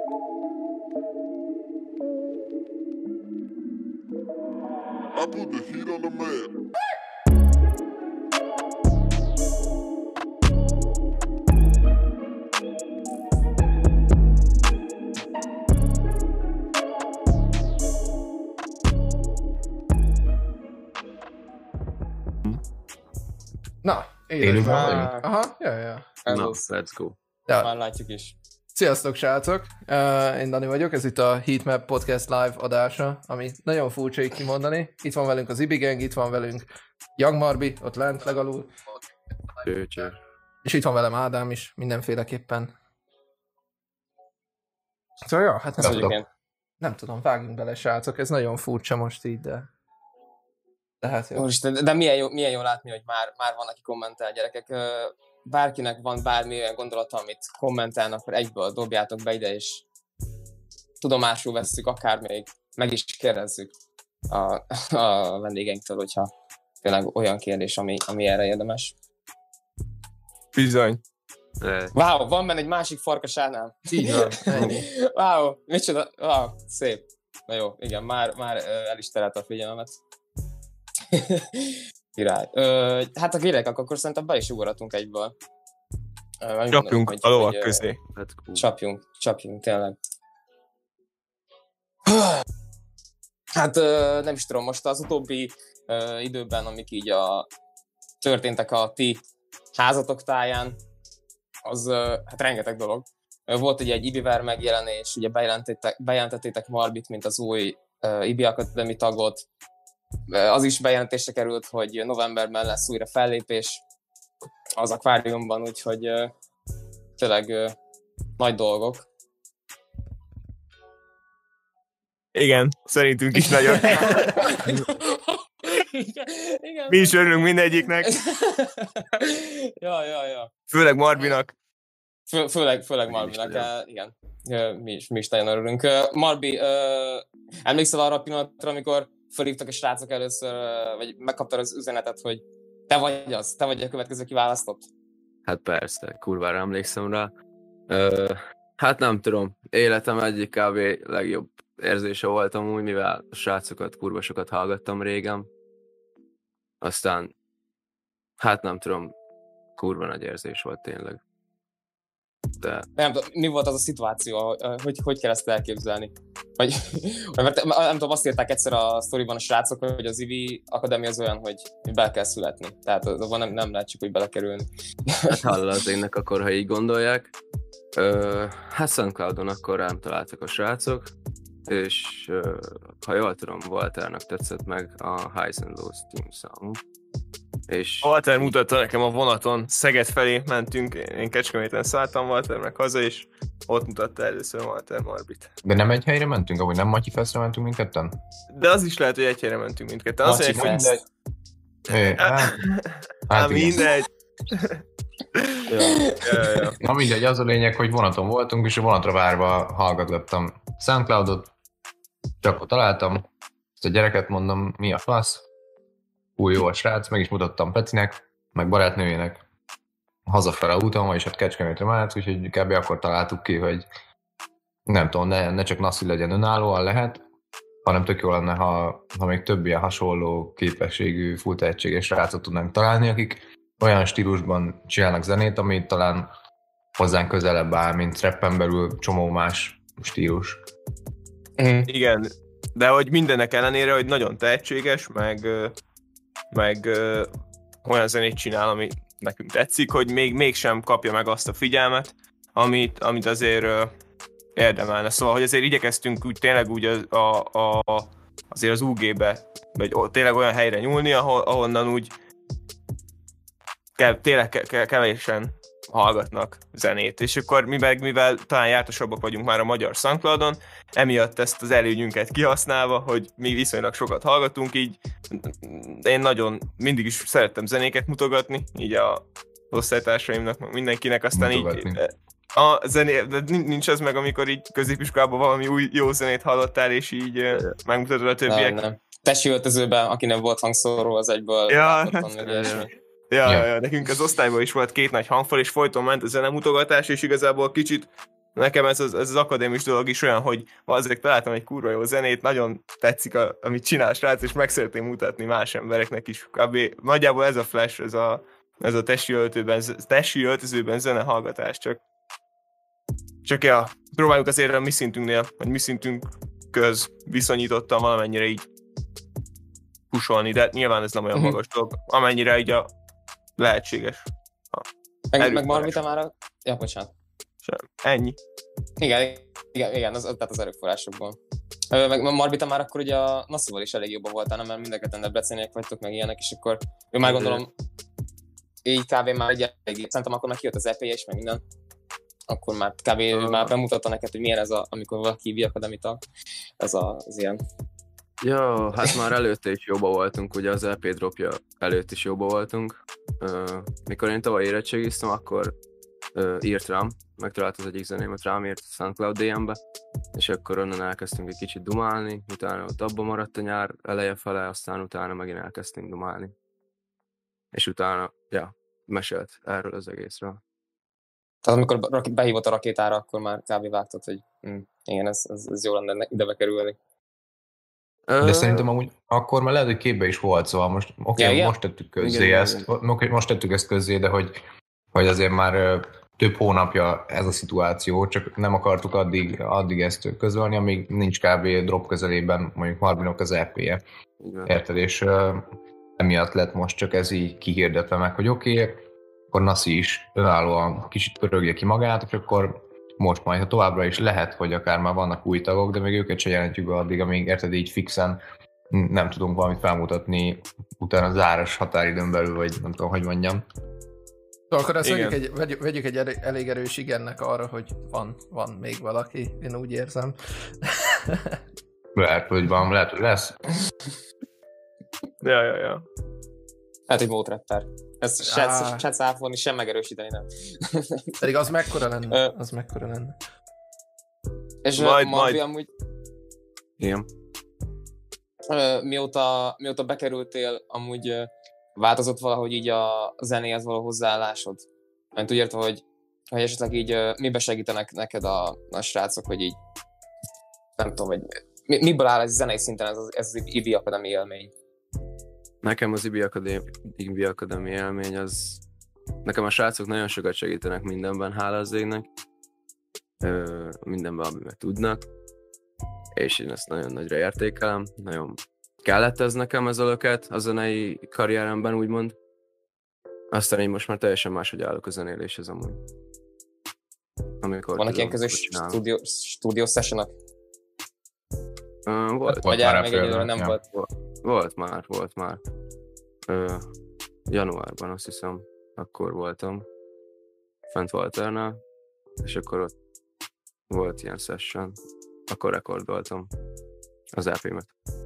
I put the heat on the man. Na, Élünk vagyunk. Aha, ja. Na, let's go. Ja. Már látjuk is. Sziasztok, srácok! Én Dani vagyok, ez itt a Heatmap Podcast Live adása, ami nagyon furcsa így kimondani. Itt van velünk az Ibigang, itt van velünk Young Marbi, ott lent legalul. Cső. És itt van velem Ádám is, mindenféleképpen. Szóval ja, hát nem tudom, vágjunk bele, srácok, ez nagyon furcsa most így, de hát jó. De milyen jó látni, hogy már van, aki kommentel, gyerekek. Bárkinek van bármilyen gondolata, amit kommentálnak, akkor egyből dobjátok be ide, és tudomásul vesszük, akár még meg is kérdezzük a vendégeinktől, hogyha tényleg olyan kérdés, ami erre érdemes. Bizony. Wow, van benne egy másik farkas Ádám. Így van, ennyi. Wow, micsoda, wow, szép. Na jó, igen, már el is terelte a figyelmet. Király. Hát a gyerekek, akkor szerintem be is ugorhatunk egyből. Csapjunk a lovak közé. Csapjunk, tényleg. Hát nem is tudom, most az utóbbi időben, amik így történtek a ti házatok táján, az hát rengeteg dolog. Volt ugye egy Ibiver megjelenés, ugye bejelentettétek Marbit, mint az új Ibi Academy tagot. Az is bejelentésre került, hogy novemberben lesz újra fellépés az akváriumban, úgyhogy tényleg nagy dolgok. Igen, szerintünk is nagyon. Igen. Mi is örülünk mindegyiknek. Ja. Főleg Marbinak. Főleg Marbinak, igen. Mi is nagyon örülünk. Marbi, emlékszel arra a pillanatra, amikor felhívtak a srácok először, vagy megkaptad az üzenetet, hogy te vagy a következő kiválasztott? Hát persze, kurvára emlékszem rá. Hát nem tudom, életem egyik kb. Legjobb érzése voltam úgy, mivel a srácokat, kurva sokat hallgattam régen. Aztán, hát nem tudom, kurva nagy érzés volt tényleg. De... Nem tudom, mi volt az a szituáció, hogy kell ezt elképzelni? Mert nem tudom, azt írták egyszer a sztoriban a srácok, hogy az Ivi Akadémia az olyan, hogy bele kell születni. Tehát abban nem lehet csak úgy belekerülni. Hát hallal az énnek akkor, ha így gondolják. Hát SoundCloudon akkor rám találtak a srácok, és ha jól tudom, Walternak tetszett meg a Highs and Lows Team Song. És Walter mutatta nekem a vonaton, Szeged felé mentünk, én Kecskeméten szálltam Walternek haza, és ott mutatta először Walter Marbit. De nem egy helyre mentünk, ahogy nem Matyi Festre mentünk mindketten? De az is lehet, hogy egy helyre mentünk mindketten. Matyi Fest. Hát mindegy. Ja. Na mindegy, az a lényeg, hogy vonaton voltunk, és a vonatra várva hallgatgattam SoundCloudot, csak akkor találtam, ezt a gyereket mondom, mi a fasz? Új jó a srác, meg is mutattam Petinek, meg barátnőjének hazafele úton, vagyis hát Kecskemétre mellett, úgyhogy kb. Akkor találtuk ki, hogy nem tudom, ne csak Nassi legyen önállóan lehet, hanem tök jó lenne, ha még több ilyen hasonló képességű, full tehetséges srácot tudnánk találni, akik olyan stílusban csinálnak zenét, ami talán hozzánk közelebb áll, mint rappen belül csomó más stílus. Igen, de hogy mindennek ellenére, hogy nagyon tehetséges, meg olyan zenét csinál, ami nekünk tetszik, hogy mégsem kapja meg azt a figyelmet, amit azért érdemelne. Szóval, hogy azért igyekeztünk úgy tényleg úgy azért az UG-be, vagy tényleg olyan helyre nyúlni, ahonnan úgy tényleg kevésen hallgatnak zenét. És akkor mivel talán jártasabbak vagyunk már a magyar SoundCloudon, emiatt ezt az előnyünket kihasználva, hogy mi viszonylag sokat hallgatunk, így én nagyon mindig is szerettem zenéket mutogatni, így a osztálytársaimnak, meg mindenkinek, aztán mutogatni. Így a zené, de nincs az meg, amikor így középiskolában valami új jó zenét hallottál, és így megmutatod a többiek. Nem. Tesi öltözőben, aki nem volt hangszóró, az egyből Ja, nekünk az osztályban is volt 2 nagy hangfal, és folyton ment a zenemutogatás, és igazából kicsit Nekem ez az akadémis dolog is olyan, hogy azért találtam egy kurva jó zenét, nagyon tetszik, amit csinál srác, és meg szeretném mutatni más embereknek is. Kb. Nagyjából ez a flash, ez a testi öltözőben zenehallgatás, csak ja, próbáljuk azért a mi szintünknél, vagy mi szintünk köz viszonyítottan valamennyire így pusolni, de nyilván ez nem olyan magas dolog, amennyire így a lehetséges. Meg Marvita már Ja, bocsánat. Ennyi. Igen, tehát az erőforrásokból. Meg Marbita már akkor ugye a Nasival is elég jobban voltál, mert mind a ketten debreceniek vagytok, meg ilyenek, és akkor ő már gondolom, így kb. Már egy elég, szerintem akkor már kijött az EP-je is, meg minden. Akkor már kb. Már bemutatta neked, hogy milyen ez amikor valaki Biakademita, ez az ilyen. Ja, hát már előtte is jobban voltunk, ugye az EP dropja előtt is jobban voltunk. Mikor én tavaly érettségiztem, akkor írt rám, megtalált az egyik zenémet, rám írt a SoundCloud DM-be, és akkor onnan elkezdtünk egy kicsit dumálni, utána ott abba maradt a nyár eleje fele, aztán utána megint elkezdtünk dumálni. És utána, mesélt erről az egészről. Tehát amikor behívott a rakétára, akkor már kb. Vágtad, hogy igen, ez jó lenne ide bekerülni. De szerintem amúgy akkor már lehet, hogy képbe is volt, szóval most most tettük közzé ezt, most tettük ezt közzé, de hogy azért már több hónapja ez a szituáció, csak nem akartuk addig ezt közölni, amíg nincs kb. Drop közelében mondjuk Marbinak az EP-je. Érted? És emiatt lett most csak ez így kihirdetve meg, hogy oké, akkor Nasi is önállóan kicsit pörögje ki magát, és akkor most majd, ha továbbra is lehet, hogy akár már vannak új tagok, de még őket se jelentjük be addig, amíg érted így fixen nem tudunk valamit felmutatni utána záros határidőn belül, vagy nem tudom, hogy mondjam. Akkor ezt vegyük egy elég erős igennek arra, hogy van még valaki, én úgy érzem. Lehet, hogy van, lehet, hogy lesz. Ja. Hát egy volt rapper. Ezt se cáfolni, sem megerősíteni, nem. Pedig az mekkora lenne? És majd. Amúgy... Igen. Mióta bekerültél, amúgy változott valahogy így a zenéhez való hozzáállásod? Mert úgy értem, hogy esetleg így mibe segítenek neked a srácok, hogy így nem tudom, hogy miből áll ez zenei szinten ez az IB Academy élmény? Nekem az IB Academy élmény az... Nekem a srácok nagyon sokat segítenek mindenben, hála az égnek. Mindenben, amiben tudnak. És én ezt nagyon nagyra értékelem. Nagyon kellett ez nekem ez a löket a zenei karrieremben, úgymond. Aztán én most már teljesen máshogy állok a zenéléshez amúgy. Vannak ilyen közös stúdió sessionok? Volt. Vagy még egyelőre nem volt? Volt már. Januárban azt hiszem, akkor voltam fent Walternál, és akkor ott volt ilyen session, akkor rekordoltam az EP-met.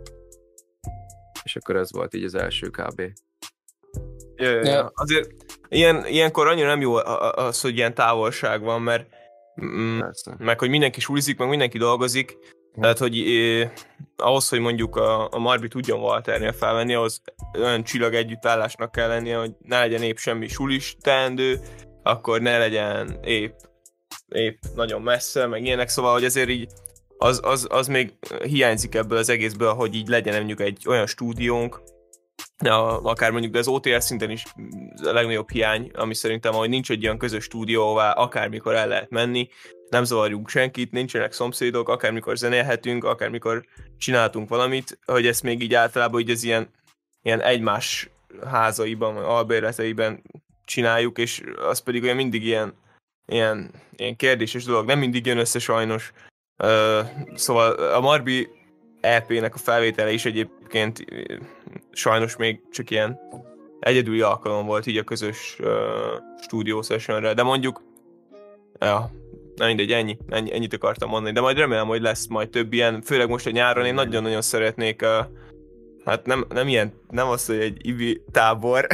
És akkor ez volt így az első kb. Ja. Azért ilyenkor annyira nem jó az, hogy ilyen távolság van, mert meg hogy mindenki sulizik, meg mindenki dolgozik, tehát hogy ahhoz, hogy mondjuk a Marbi tudjon Walternél felvenni, ahhoz olyan csillag együttállásnak kell lennie, hogy ne legyen épp semmi sulis teendő, akkor ne legyen épp nagyon messze, meg ilyenek, szóval, hogy ezért így az még hiányzik ebből az egészből, hogy így legyen mondjuk egy olyan stúdiónk, akár mondjuk, de az OTR szinten is a legnagyobb hiány, ami szerintem, hogy nincs egy olyan közös stúdió, ahová akármikor el lehet menni, nem zavarjunk senkit, nincsenek szomszédok, akármikor zenélhetünk, akármikor csináltunk valamit, hogy ezt még így általában így ez ilyen egymás házaiban, albérleteiben csináljuk, és az pedig olyan mindig ilyen kérdéses dolog, nem mindig jön össze sajnos. Szóval a Marbi EP-nek a felvétele is egyébként sajnos még csak ilyen egyedüli alkalom volt így a közös stúdió sessionre, de mondjuk nem mindegy, ennyit akartam mondani, de majd remélem, hogy lesz majd több ilyen, főleg most a nyáron én nagyon-nagyon szeretnék, hát nem ilyen, nem az, hogy egy IBI tábor,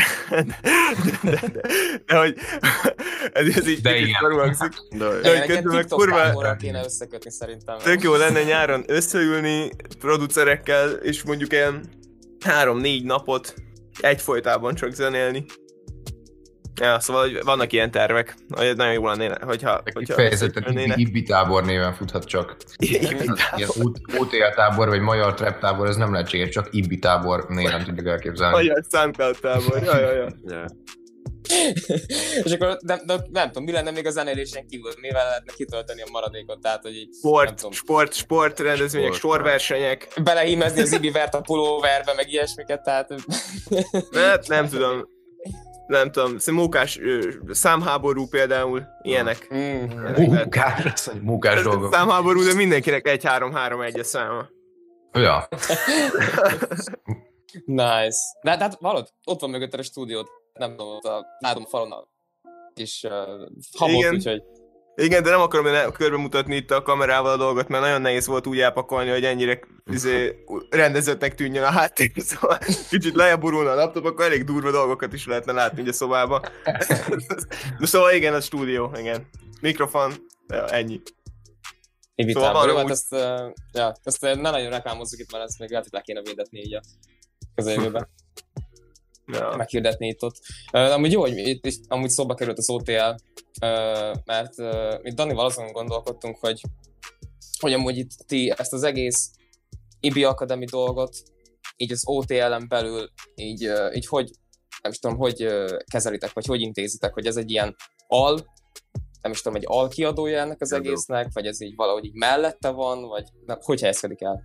de hogy ez így szarulagzik. De egy TikTok táborral kéne összekötni szerintem. Tök jó lenne nyáron összeülni producerekkel, és mondjuk ilyen 3-4 napot egyfolytában csak zenélni. Ja, szóval hogy vannak ilyen tervek, hogy nagyon jó lennének, hogyha Kifejezetten Ibbi tábor néven futhat csak. Ilyen OTL tábor, vagy magyar trap tábor, ez nem lehetséges, csak Ibbi tábor néven tudjuk elképzelni. Magyar SoundCloud tábor, ja. És akkor nem tudom, mi lenne még a zenélésen kívül, mivel lehetne kitölteni a maradékot, tehát hogy így, Sport rendezvények, sorversenyek. Belehímezni az Ibivert a pulóverbe, meg ilyesmiket, tehát... Nem tudom, szerintem mókás számháború például, ilyenek. Mókás dolgok. Számháború, de mindenkinek 1-3-3-1-es száma. Ja. Nice. De hát hallod, ott van mögötted a stúdiót, nem tudom, ott látom a falon a kis habot, úgyhogy... Igen, de nem akarom körbe mutatni itt a kamerával a dolgot, mert nagyon nehéz volt úgy elpakolni, hogy ennyire rendezettnek tűnjön a háttér, szóval kicsit lejjebb burulna a laptop, akkor elég durva dolgokat is lehetne látni ugye a szobában. De szóval igen, a stúdió, igen. Mikrofon, ennyi. Szóval jó, hát ezt ne nagyon reklámozzuk itt, mert ezt még lehet, hogy le kéne védetni így a közeljövőben. Ja. Meghirdetni itt-ott. Amúgy jó, hogy itt amúgy szóba került az OTL, mert mi Danival azon gondolkodtunk, hogy amúgy itt ti ezt az egész IBI Academy dolgot, így az OTL-en belül, így hogy, nem is tudom, hogy kezelitek, vagy hogy intézitek, hogy ez egy ilyen nem is tudom, egy alkiadója ennek az egésznek, vagy ez így valahogy így mellette van, vagy hogy helyezkedik el?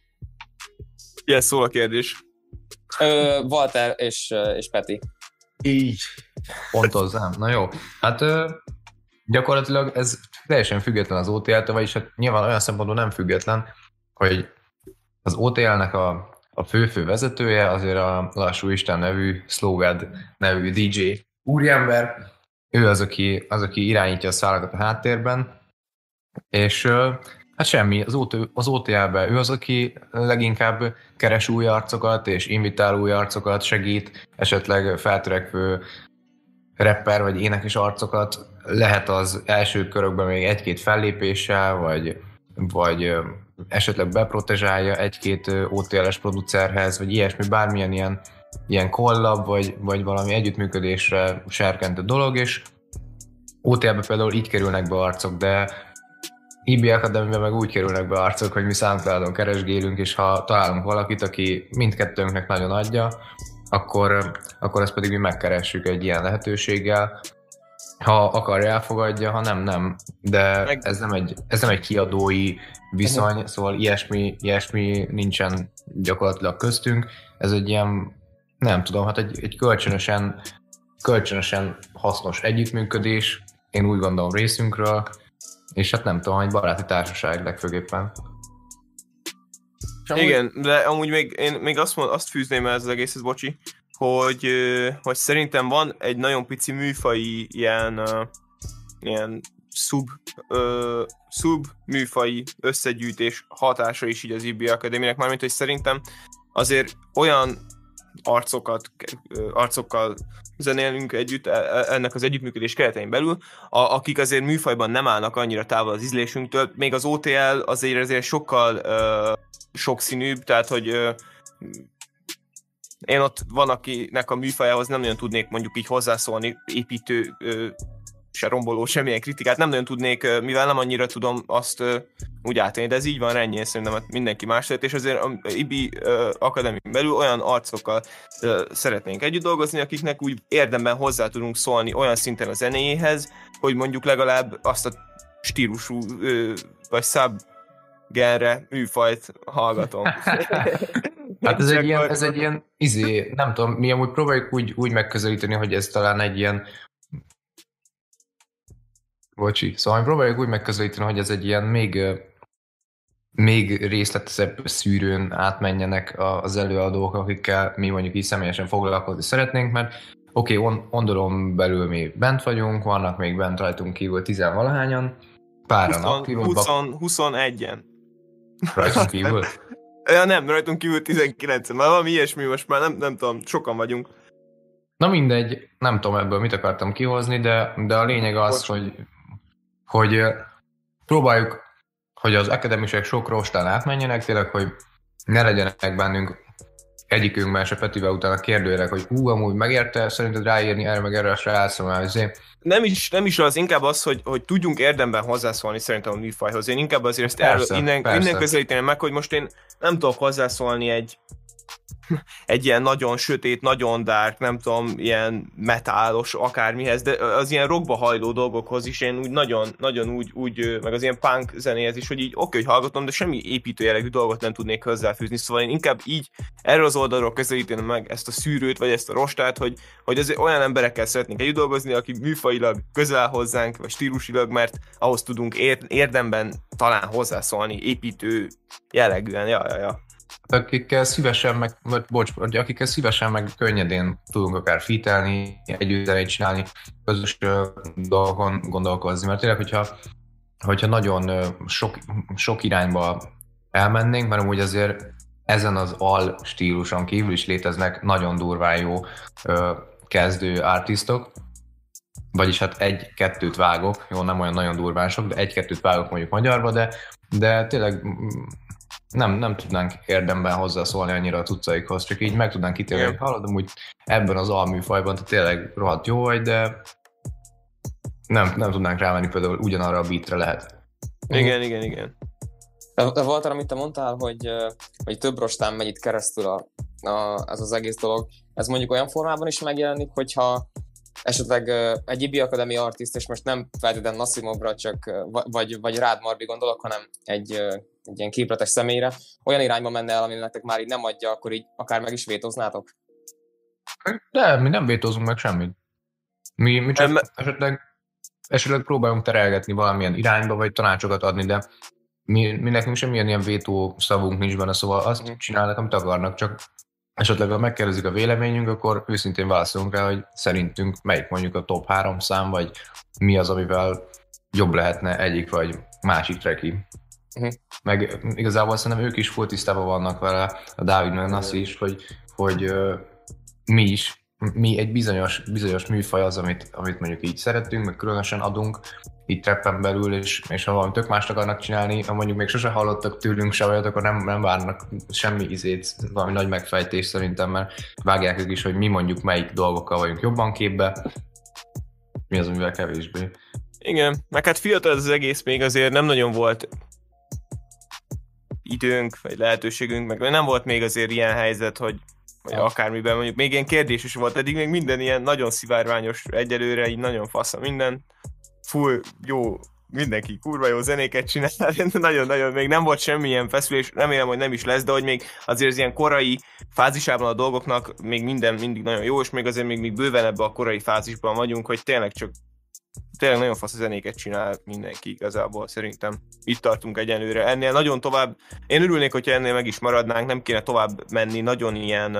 Ilyen szól a kérdés. Walter és Peti. Így. Pontozzám. Na jó. Hát gyakorlatilag ez teljesen független az OTL-től, vagyis hát nyilván olyan szempontból nem független, hogy az OTL-nek a fő vezetője azért a Lassú Isten nevű, Slowgad nevű DJ úriember. Ő az, aki irányítja a szálakat a háttérben, és hát semmi, az OTL-ben ő az, aki leginkább keres új arcokat, és invitál új arcokat, segít, esetleg feltörekvő rapper vagy énekes arcokat, lehet az első körökben még egy-két fellépéssel, vagy esetleg beprotezsálja egy-két OTL-es producerhez, vagy ilyesmi, bármilyen ilyen collab, vagy valami együttműködésre serkentő dolog, és OTL-be például így kerülnek be arcok, de IBI Academy-ben meg úgy kerülnek be arcok, hogy mi SoundCloudon keresgélünk, és ha találunk valakit, aki mindkettőnknek nagyon adja, akkor ezt pedig mi megkeressük egy ilyen lehetőséggel. Ha akarja, elfogadja, ha nem. De ez nem egy kiadói viszony, szóval ilyesmi nincsen gyakorlatilag köztünk. Ez egy ilyen, nem tudom, hát egy kölcsönösen hasznos együttműködés, én úgy gondolom részünkről, és hát nem tudom, egy baráti társaság legfőképpen. Igen, de amúgy én még azt fűzném el ez az egészhez, bocsi, hogy szerintem van egy nagyon pici műfai ilyen szub műfai összegyűjtés hatása is így az IBI Academy-nek, mármint, hogy szerintem azért olyan arcokkal zenélünk együtt ennek az együttműködés keretein belül, akik azért műfajban nem állnak annyira távol az ízlésünktől, még az OTL azért sokkal sokszínűbb, tehát hogy én ott van, akinek a műfajához nem nagyon tudnék mondjuk így hozzászólni, építő, se romboló, semmilyen kritikát nem nagyon tudnék, mivel nem annyira tudom azt úgy átélni, de ez így van, ennyi, szerintem mindenki más lett, és azért a IBI Academy belül olyan arcokkal szeretnénk együtt dolgozni, akiknek úgy érdemben hozzá tudunk szólni olyan szinten a zenéjéhez, hogy mondjuk legalább azt a stílusú vagy sub-genre műfajt hallgatom. Hát ez egy ilyen nem tudom, mi amúgy próbáljuk úgy megközelíteni, hogy ez talán egy ilyen szóval próbáljuk úgy megközelíteni, hogy ez egy ilyen még részletesebb szűrőn átmenjenek az előadók, akikkel mi mondjuk így személyesen foglalkozni szeretnénk, mert Ondolon belül mi bent vagyunk, vannak még bent rajtunk kívül 10-valahányan, páran aktívak. 21-en. Rajtunk kívül? Ja nem, rajtunk kívül 19-en, már valami ilyesmi, most már nem tudom, sokan vagyunk. Na mindegy, nem tudom ebből mit akartam kihozni, de a lényeg az, hogy próbáljuk, hogy az akademisek sok rostán átmenjenek, tényleg, hogy ne legyenek bennünk egyikünkben se Petivel utána kérdőjelek, hogy amúgy megérte szerinted ráírni erre meg erre a srácra, már azért. Nem is az, inkább az, hogy tudjunk érdemben hozzászólni szerintem a műfajhoz. Én inkább azért ezt Persze. innen közelíteném meg, hogy most én nem tudok hozzászólni egy ilyen nagyon sötét, nagyon dark, nem tudom, ilyen metálos akármihez, de az ilyen rockba hajló dolgokhoz is én úgy nagyon úgy, meg az ilyen punk zenéhez is, hogy így oké, hogy hallgatom, de semmi építő jellegű dolgot nem tudnék hozzáfűzni, szóval én inkább így erről az oldalról közelíteném meg ezt a szűrőt, vagy ezt a rostát, hogy azért olyan emberekkel szeretnénk együtt dolgozni, akik műfajilag közel hozzánk, vagy stílusilag, mert ahhoz tudunk érdemben talán hozzászólni, építő jellegűen, ja. Akikkel szívesen meg könnyedén tudunk akár featelni, együtt zenét csinálni, közös dolgokon gondolkozni, mert tényleg, hogyha nagyon sok irányba elmennénk, mert amúgy azért ezen az al stíluson kívül is léteznek nagyon durván jó kezdő artistok, vagyis hát egy-kettőt vágok, jó, nem olyan nagyon durván sok, de egy-kettőt vágok mondjuk magyarba, de tényleg nem tudnánk érdemben hozzászólni annyira a cuccaikhoz, csak így meg tudnánk ítélni, hogy hallod, amúgy ebben az alműfajban te tényleg rohadt jó vagy, de nem tudnánk rámenni például ugyanarra a beatre lehet. Igen. De volt arra, amit te mondtál, hogy több rostán megy itt keresztül ez az egész dolog. Ez mondjuk olyan formában is megjelenik, hogyha esetleg egy IB Academy artist, és most nem feltétlenül Nasimovra, csak vagy rád, Marbi gondolok, hanem egy ilyen képletes személyre, olyan irányba menne el, ami nektek már így nem adja, akkor így akár meg is vétóznátok? De mi nem vétózunk meg semmit. Mi csak esetleg próbálunk terelgetni valamilyen irányba, vagy tanácsokat adni, de mi nekünk semmilyen ilyen vétó szavunk nincs benne, szóval azt csinálnak, amit akarnak, csak esetleg ha megkérdezik a véleményünk, akkor őszintén válaszolunk rá, hogy szerintünk melyik mondjuk a top 3 szám, vagy mi az, amivel jobb lehetne egyik vagy másik tracki. Meg igazából szerintem ők is full tisztában vannak vele, a Dávid meg Nassi is, hogy mi egy bizonyos műfaj az, amit mondjuk így szeretünk, meg különösen adunk így trappen belül, és ha valami tök mást akarnak csinálni, ha mondjuk még sose hallottak tőlünk se olyat, akkor nem várnak semmi valami nagy megfejtés szerintem, mert vágják ők is, hogy mi mondjuk melyik dolgokkal vagyunk jobban képbe, mi az, amivel kevésbé. Igen, meg hát fiatal ez az egész, még azért nem nagyon volt időnk, vagy lehetőségünk, meg nem volt még azért ilyen helyzet, hogy akármiben mondjuk még ilyen kérdés is volt, eddig még minden ilyen nagyon szivárványos egyelőre, így nagyon fasz a minden, full jó, mindenki kurva jó zenéket csinál, nagyon-nagyon még nem volt semmilyen feszülés, remélem, hogy nem is lesz, de hogy még azért az ilyen korai fázisában a dolgoknak még minden mindig nagyon jó, és még azért még bőven ebben a korai fázisban vagyunk, hogy tényleg nagyon fasz a zenéket csinál mindenki igazából, szerintem. Itt tartunk egyenlőre. Ennél nagyon tovább, én örülnék, hogyha ennél meg is maradnánk, nem kéne tovább menni, nagyon ilyen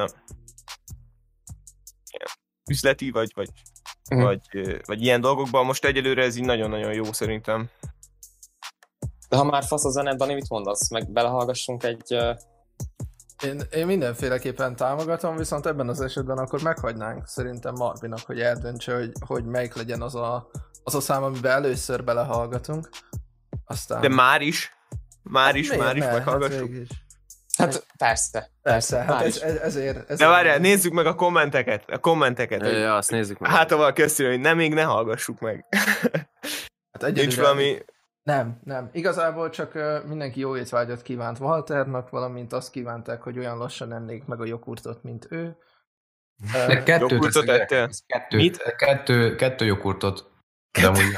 üzleti, vagy ilyen dolgokban. Most egyelőre ez így nagyon-nagyon jó szerintem. De ha már fasz a zene, Dani, mit mondasz? Meg belehallgassunk egy... Én mindenféleképpen támogatom, viszont ebben az esetben akkor meghagynánk szerintem Marbinak, hogy eldöntse, hogy melyik legyen az a szám, amiben először belehallgatunk. Aztán... De már is meghallgassuk. Hát persze. Hát ezért... De várjál, nézzük meg a kommenteket. Ja, azt nézzük meg. Hát, ahol köszönöm, hogy még ne hallgassuk meg. Hát nincs valami... Nem. Igazából csak mindenki jó étvágyat kívánt Walternak, valamint azt kívánták, hogy olyan lassan ennék meg a joghurtot, mint ő. De joghurtot ettél? Kettő joghurtot. De amúgy...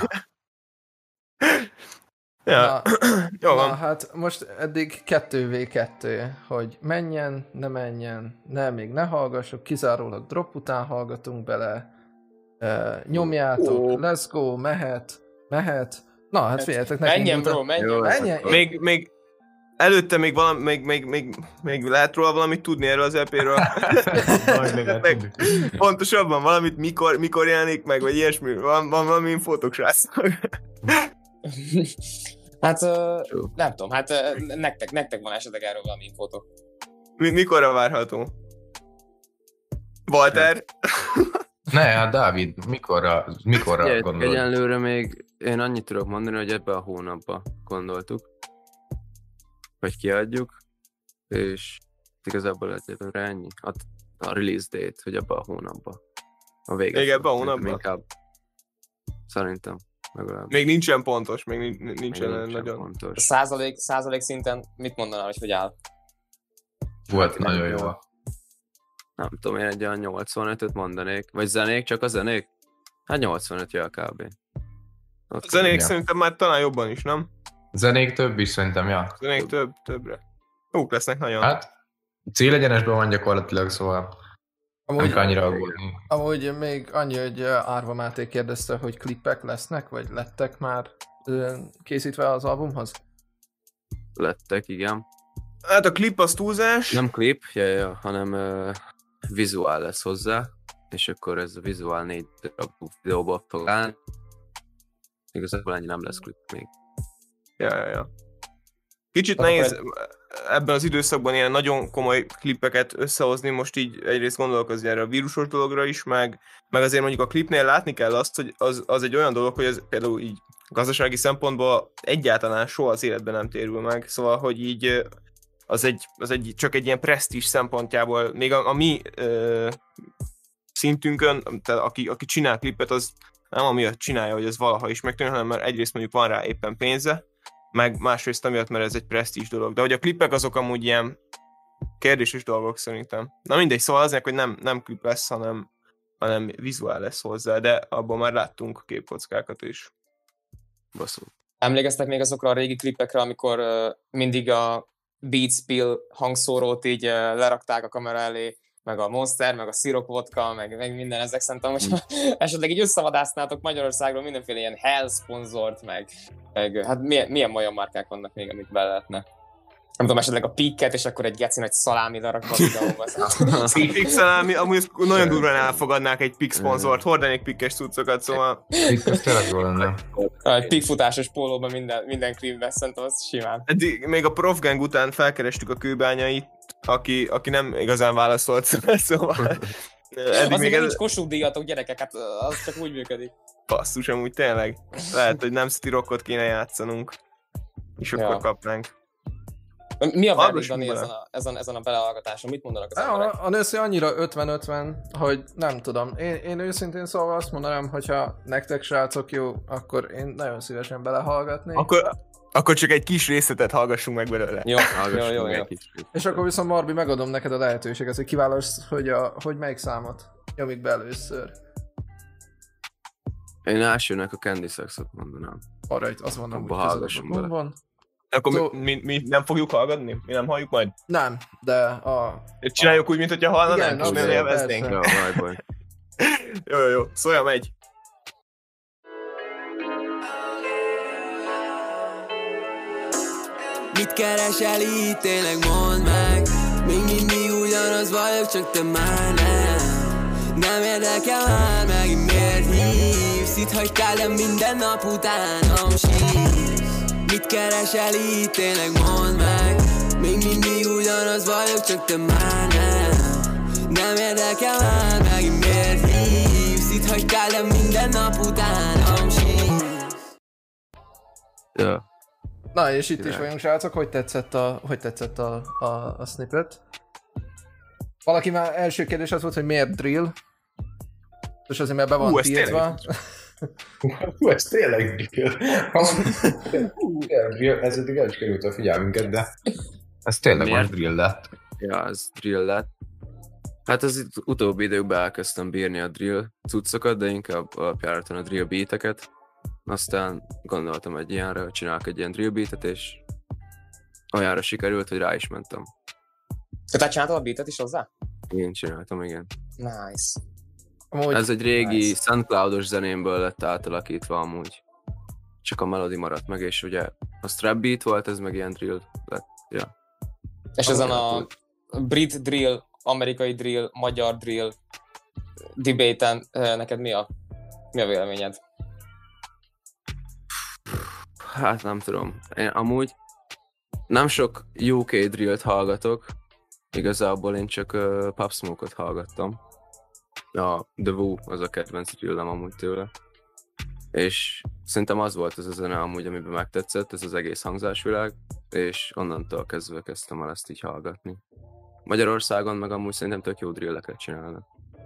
Ja. Jó van. Na, hát most eddig 2v2, hogy menjen, ne menjen, még ne hallgassuk, kizárólag drop után hallgatunk bele, nyomjátok, let's go, mehet. Na, hát figyeljetek, menjen, bro, menjen. Még előtte még még lehet róla valamit tudni erről az EP-ről? Pontosabban valamit mikor jelenik meg, vagy ilyesmi, van valami infótok, srácok? Hát nem tudom, hát nektek van esetleg erről valami infótok. Mikorra várható? Walter? Hát Dávid, mikorra gondolod? Egyenlőre még én annyit tudok mondani, hogy ebben a hónapban gondoltuk, hogy kiadjuk, és igazából egyelőre ennyi. A release date, hogy ebben a hónapban. A vége. Még ebben a szerintem hónapban? inkább. Szerintem. Legalább. Még nincsen pontos, még nincsen Nincsen nagyon. pontos. Százalék szinten mit mondanál, hogy áll? Volt nagyon jó. Nem tudom, én egy olyan 85-öt mondanék. Vagy zenék, csak a zenék? Hát 85 jön kb. A zenék Ja. szerintem már talán jobban is, nem? Zenék több is szerintem, ja. A zenék többre. Jók lesznek nagyon. Hát, célegyenesben van gyakorlatilag, szóval nem Amúgy, kell annyira aggódni. amúgy még annyi, hogy Árva Máté kérdezte, hogy klippek lesznek, vagy lettek már készítve az albumhoz? Lettek, igen. Hát a klip az túlzás. Nem klip, hanem vizuál lesz hozzá, és akkor ez a vizuál 4 darab videóba fog állni. Igazából ennyi, nem lesz klip még. Ja. Kicsit Akkor nehéz ebben az időszakban ilyen nagyon komoly klippeket összehozni, most így egyrészt gondolkozni erre a vírusos dologra is, meg azért mondjuk a klipnél látni kell azt, hogy az egy olyan dolog, hogy ez például így gazdasági szempontból egyáltalán soha az életben nem térül meg, szóval, hogy így az egy csak egy ilyen presztízs szempontjából, még a mi szintünkön, tehát aki csinál klipet, az nem amiatt csinálja, hogy ez valaha is megtűnő, hanem mert egyrészt mondjuk van rá éppen pénze, meg másrészt amiatt, mert ez egy presztízs dolog. De hogy a klipek azok amúgy ilyen kérdéses dolgok szerintem. Na mindegy, szóval azért, hogy nem klip lesz, hanem vizuál lesz hozzá, de abban már láttunk képkockákat is. Baszó. Emlékeztek még azokra a régi klipekre, amikor mindig a Beats Pill hangszórót így lerakták a kamera elé, meg a Monster, meg a Szirok vodka, meg minden ezek, szerintem, hogyha esetleg így összevadásznátok Magyarországról mindenféle ilyen Hell szponzort, meg hát milyen majom márkák vannak még, amik bele lehetne. Nem tudom, esetleg a Peak-et, és akkor egy geci nagy szalámi lerakva a videóba. Pik szalámi, amúgy nagyon durván elfogadnák egy Pik szponzort, hordanék Pikes cuccokat, szóval Itt ez tényleg jó lenne. Egy Peak futásos pólóban minden klipben, szerintem az simán. eddig, még a Prof Gang után felkerestük a kőbányait, aki nem igazán válaszolt, szóval eddig Az még még nincs Kossuth díjatok, gyerekek, hát az csak úgy működik. basszus, amúgy tényleg. Lehet, hogy Nemzeti Rockot kéne játszanunk, és akkor Ja. kapnánk. Mi a verdikt, Hallgassunk Dani, bele. ezen a belehallgatáson? Mit mondanak az emberek? A Nőszi annyira 50-50, hogy nem tudom. Én őszintén szóval azt mondanám, hogyha nektek srácok jó, akkor én nagyon szívesen belehallgatnék. Akkor csak egy kis részletet hallgassunk meg belőle. Jó. És akkor viszont Marbi, megadom neked a lehetőséget, hogy kiválasz, hogy melyik számot nyomik be először. Én elsőnek a Candy Sexot mondanám. Arra itt azt mondom, Abba hogy közöbb hallgassunk a bele. gombon. Akkor Szó- mi nem fogjuk hallgatni? Mi nem halljuk majd? Nem, de a... Csináljuk úgy, mintha hallanánk, Igen, és nem azért, élveznénk. persze. Jó, baj. Jó, szóljam egy. Mit keresel itt, tényleg mondd meg. Még mindig ugyanaz vagyok, csak te már nem. Nem érdekel már megint miért hívsz. Itt hagytál, de minden nap utánom sírsz. Mit keresel itt, tényleg mondd meg. Még mindig ugyanaz vagyok, csak te már nem. Nem érdekel már megint miért hívsz. Itt hagytál, de minden nap utánom sírsz. Ja. Na, és itt is Király. vagyunk, srácok. Hogy tetszett a snippet? Valaki már első kérdés az volt, hogy miért drill? És azért mert be van Ez tiltva. Hú, ez tényleg drill. Ez eddig el is került a figyelmünket, de ez tényleg Miért? most drill lett. Ja, ez drill lett. Hát az itt utóbbi időkben elkezdtem bírni a drill cuccokat, de inkább alapjáraton a drill beateket. Aztán gondoltam egy ilyenre, hogy csinálok egy ilyen drill beatet, és olyanra sikerült, hogy rá is mentem. Te csináltad a beatet is hozzá? Én csináltam, igen. Nice. Amúgy, Ez egy régi Nice. SoundCloud-os zenémből lett átalakítva amúgy. Csak a melodi maradt meg, és ugye a strap beat volt, ez meg ilyen drill lett. Ja. És ezen a brit drill, amerikai drill, magyar drill debate-en neked mi a véleményed? Hát nem tudom. Én amúgy nem sok UK drillt hallgatok. Igazából én csak Pop Smoke-ot hallgattam. A The Woo az a kedvenc drillem amúgy tőle. És szerintem az volt az a zene amúgy, amiben megtetszett, ez az egész hangzásvilág, és onnantól kezdve kezdtem el ezt így hallgatni. Magyarországon meg amúgy szerintem tök jó drilleket csinálnak.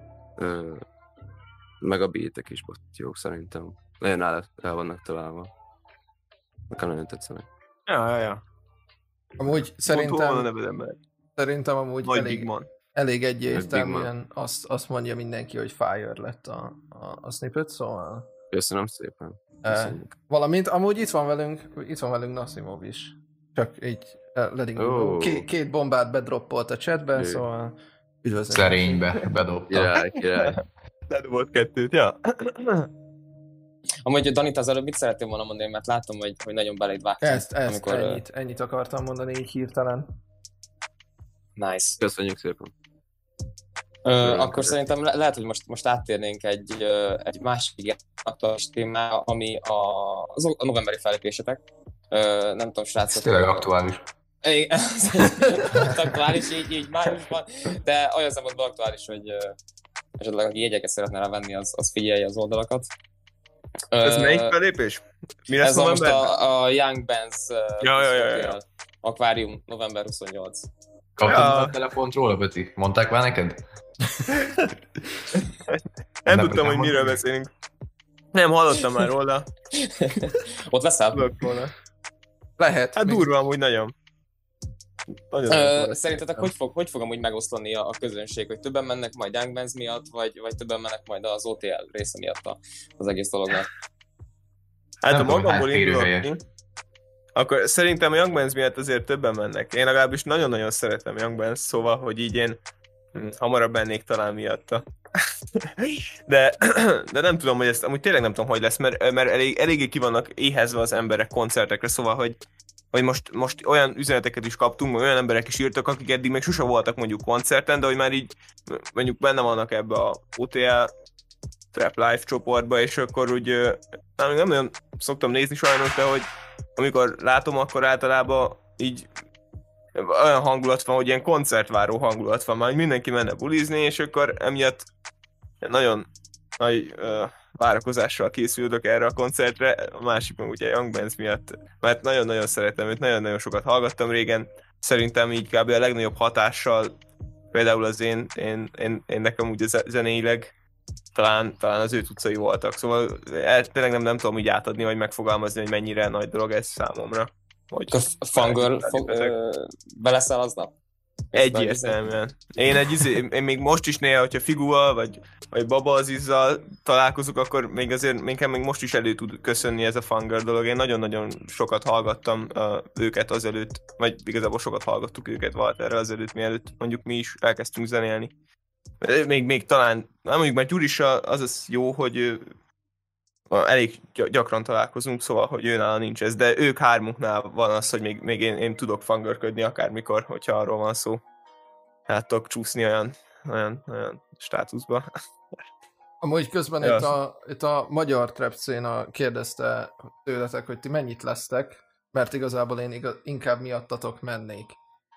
Meg a beatek is ott jók szerintem. Nagyon el vannak találva. Nekem nagyon tetszenek. Ja. Amúgy szerintem amúgy Nagy Big Man. elég egyértelműen azt mondja mindenki, hogy Fire lett a snippet, szóval... Köszönöm szépen. Valamint amúgy itt van velünk Nasimov is. Csak így két bombát bedroppolt a chatben, szóval üdvözlök. Szerénybe bedobta. Király. Volt 2, ja. Amúgy Danit az előbb mit szeretném volna mondani, mert látom, hogy nagyon beléd vágtam. Ennyit akartam mondani így hirtelen. Nice. Köszönjük szépen. Akkor szerintem lehet, hogy most áttérnénk egy másik aktuális témára, ami a novemberi fellépésetek. Nem tudom, srácok. Ez tényleg aktuális. Aktuális, így májusban, de olyan szempontból aktuális, hogy esetleg aki jegyeket szeretne rávenni, az figyelje az oldalakat. Ez melyik fellépés? Mi lesz ez most a Young Bands Aquarium november 28. Kaptad a telefont róla, Peti? Mondták már neked? Nem tudtam, hogy miről beszélünk. Nem, hallottam már róla. Ott leszel? Lehet. Hát durva amúgy nagyon. Szerintetek hogy fog amúgy megoszlani a közönség, hogy többen mennek majd Young Bands miatt, vagy többen mennek majd az OTL része miatt az egész dolognak? Hát a magamból indulok, akkor szerintem a Young Bands miatt azért többen mennek. Én legalábbis nagyon-nagyon szeretem Young Bands, szóval, hogy így én hamarabb mennék talán miatta. De nem tudom, hogy ezt amúgy tényleg nem tudom, hogy lesz, mert eléggé ki vannak éhezve az emberek koncertekre, szóval, hogy most olyan üzeneteket is kaptunk, olyan emberek is írtak, akik eddig még sose voltak mondjuk koncerten, de hogy már így mondjuk benne vannak ebbe a OTL Trap Life csoportba, és akkor úgy nem nagyon szoktam nézni sajnos, de hogy amikor látom, akkor általában így olyan hangulat van, hogy ilyen koncertváró hangulat van, már mindenki menne bulizni, és akkor emiatt nagyon nagy várakozással készülök erre a koncertre, a másik meg ugye Young Bands miatt, mert nagyon-nagyon szeretem őt, nagyon-nagyon sokat hallgattam régen, szerintem így kb. A legnagyobb hatással, például az én nekem ugye zenéileg talán az ő tucai voltak, szóval tényleg nem tudom így átadni, vagy megfogalmazni, hogy mennyire nagy dolog ez számomra. A Fangirl be leszel aznap? Egyértelműen. Én még most is néha, hogyha Figuval, vagy Baba Azizzal találkozok, akkor még azért még most is elő tud köszönni ez a Fangirl dolog. Én nagyon-nagyon sokat hallgattam őket azelőtt, vagy igazából sokat hallgattuk őket Walterrel azelőtt, mielőtt mondjuk mi is elkezdtünk zenélni. Még talán, mondjuk már Gyurissal az jó, hogy elég gyakran találkozunk, szóval, hogy őnála nincs ez, de ők hármunknál van az, hogy még én tudok fangörködni akármikor, hogyha arról van szó. Hát tudok csúszni olyan státuszba. Amúgy közben itt a magyar trap széna kérdezte tőletek, hogy ti mennyit lesztek, mert igazából én inkább miattatok mennék.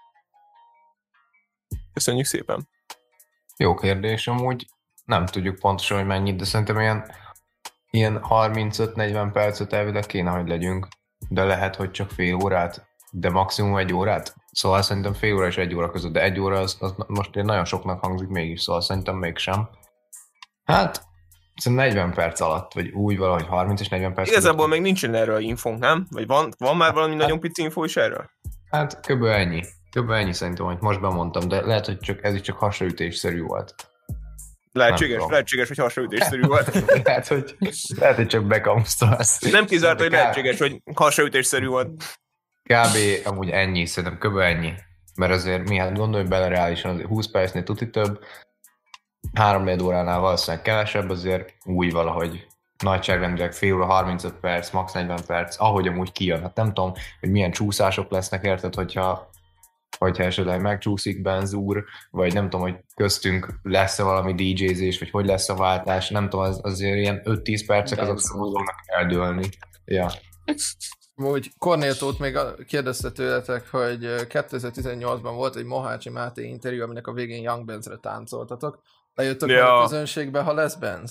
Köszönjük szépen. Jó kérdés, amúgy nem tudjuk pontosan, hogy mennyit, de szerintem ilyen 35-40 percet elvileg kéne, hogy legyünk, de lehet, hogy csak fél órát, de maximum 1 órát. Szóval szerintem fél óra és 1 óra között, de 1 óra az most nagyon soknak hangzik mégis, szóval szerintem mégsem. Hát, szerintem 40 perc alatt, vagy úgy valahogy 30 és 40 perc igazából között. Még nincsen erről infónk, nem? Vagy van már valami nagyon pici infó is erről? Hát, kb. Ennyi szerintem, hogy most bemondtam, de lehet, hogy ez is csak hasraütésszerű volt. Lehetséges, hogy hasraütésszerű volt. lehet, hogy csak bekamusztolsz. Nem kizárt, hogy lehetséges, hogy hasraütésszerű volt. Kb. Amúgy ennyi, szerintem kb. Ennyi. Mert azért hát gondolj bele reálisan, azért 20 percnél tuti több, 3-4 óránál valószínűleg kevesebb, azért úgy valahogy nagyságrendileg fél óra, 35 perc, max 40 perc, ahogy amúgy kijön. Hát nem tudom, hogy milyen csúszások lesznek, érted, hogyha esetleg megcsúszik Benz úr, vagy nem tudom, hogy köztünk lesz-e valami DJ-zés, vagy hogy lesz a váltás, nem tudom, azért ilyen 5-10 percek azok fognak eldőlni. Ja. Úgy Kornéltót még kérdezte tőletek, hogy 2018-ban volt egy Mohácsi Máté interjú, aminek a végén Young Bands-re táncoltatok. Lejöttök a közönségbe, ha lesz Benz?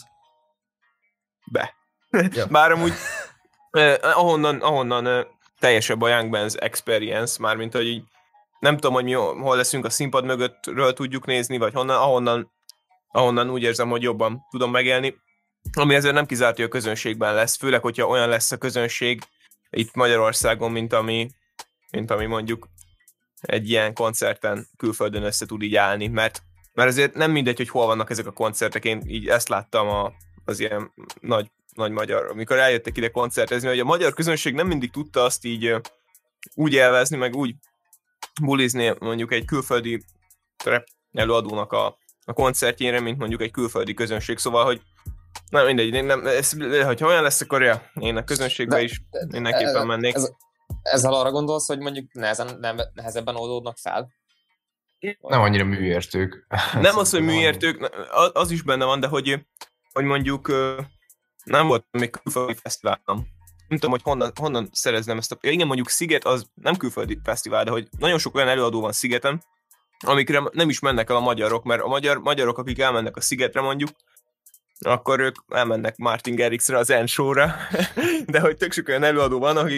Bár amúgy ahonnan teljesebb a Young Bands experience, mármint hogy így nem tudom, hogy mi hol leszünk a színpad mögöttről tudjuk nézni, vagy ahonnan úgy érzem, hogy jobban tudom megélni. Ami ezért nem kizárt, hogy a közönségben lesz, főleg, hogyha olyan lesz a közönség itt Magyarországon, mint ami mondjuk egy ilyen koncerten külföldön össze tud így állni, mert azért nem mindegy, hogy hol vannak ezek a koncertek, én így ezt láttam az ilyen nagy magyar, amikor eljöttek ide koncertezni, hogy a magyar közönség nem mindig tudta azt így úgy élvezni, meg úgy bulizni mondjuk egy külföldi trap előadónak a koncertjére, mint mondjuk egy külföldi közönség, szóval, hogy nem mindegy, hogyha olyan lesz, akkor ja, én a közönségbe is mindenképpen mennék. Ezzel arra gondolsz, hogy mondjuk nehezebben oldódnak fel? Nem annyira műértők. Nem az, hogy műértők, az is benne van, de hogy mondjuk nem volt még külföldi fesztiválom. Nem tudom, hogy honnan szereznem ezt igen, mondjuk Sziget az nem külföldi fesztivál, de hogy nagyon sok olyan előadó van Szigeten, amikre nem is mennek el a magyarok, mert a magyarok, akik elmennek a Szigetre mondjuk, akkor ők elmennek Martin Garrixre, az N-show-ra, de hogy tök sok olyan előadó van,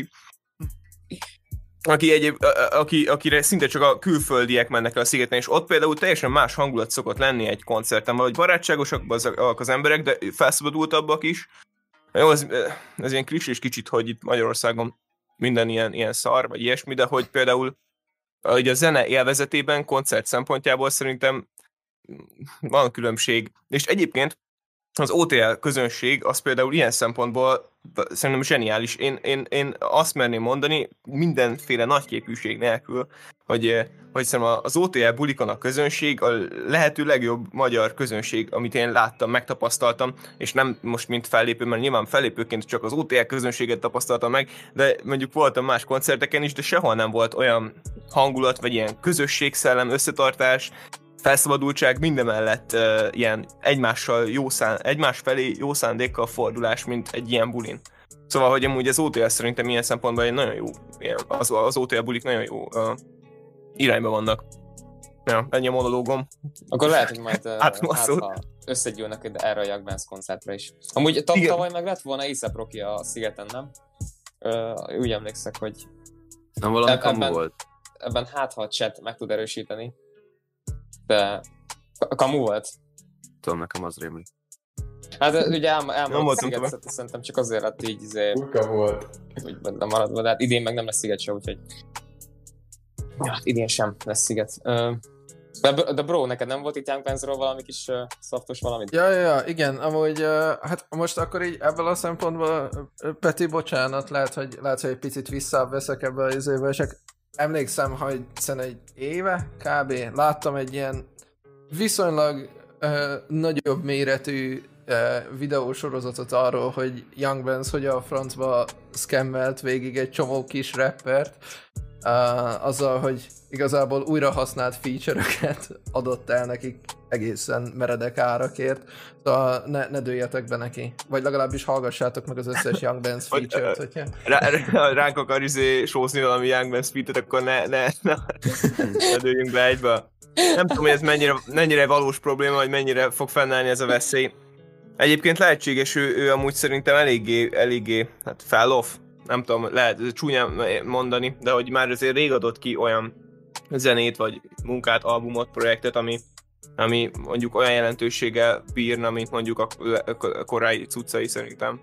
akire szinte csak a külföldiek mennek el a Szigeten, és ott például teljesen más hangulat szokott lenni egy koncerten, vagy barátságosak az emberek, de felszabadultabbak is. Jó, ez ilyen klisés kicsit, hogy itt Magyarországon minden ilyen szar, vagy ilyesmi, de hogy például a zene élvezetében, koncert szempontjából szerintem van különbség. És egyébként az OTL közönség az például ilyen szempontból szerintem zseniális. Én azt merném mondani, mindenféle nagyképűség nélkül, hogy szerintem az OTL bulikon a közönség a lehető legjobb magyar közönség, amit én láttam, megtapasztaltam, és nem most mint fellépő, mert nyilván fellépőként csak az OTL közönséget tapasztaltam meg, de mondjuk voltam más koncerteken is, de sehol nem volt olyan hangulat, vagy ilyen közösségszellem, összetartás, felszabadultság, mindemellett ilyen egymás felé jó szándékkal fordulás, mint egy ilyen bulin. Szóval, hogy amúgy az OTL szerintem ilyen szempontból egy nagyon jó, az OTL bulik nagyon jó irányba vannak. Ja, ennyi a monológom. Akkor lehet, hogy majd ha összegyűlnek ide erre a Jagdance koncertre is. Amúgy tavaly meg lett volna A$AP Rocky a Szigeten, nem? Úgy emlékszek, hogy nem valami kamu volt. Ebben ha a chat meg tud erősíteni. De kamu volt? Tudom, nekem az rémlik. Hát ugye elmaradt a Sziget, szerintem csak azért lett így kamu volt. Úgy maradva, de hát idén meg nem lesz Sziget se, úgyhogy ja, hát idén sem lesz Sziget. De bro, neked nem volt itt Young Penzről valami kis szaftos valamit? Ja, igen, amúgy hát most akkor így ebből a szempontból Peti, bocsánat, lehet, hogy egy picit visszaveszek ebből az izéből, csak emlékszem, hogy szerintem egy éve kb. Láttam egy ilyen viszonylag nagyobb méretű videósorozatot arról, hogy Young Benz hogy a francba scammelt végig egy csomó kis rappert, azzal, hogy igazából újra használt feature-öket adott el nekik egészen meredek árakért, szóval ne dőljetek be neki, vagy legalábbis hallgassátok meg az összes Young Benz feature-t, hogyha... Ránk akar sózni valami Young Benz feature-t, akkor ne dőljünk be egybe. Nem tudom, hogy ez mennyire valós probléma, vagy mennyire fog fennállni ez a veszély. Egyébként lehetséges, ő amúgy szerintem eléggé hát fell-off. Nem tudom, lehet csúnyán mondani, de hogy már azért rég adott ki olyan zenét, vagy munkát, albumot, projektet, ami mondjuk olyan jelentőséggel bírna, mint mondjuk a korai cuccai szerintem.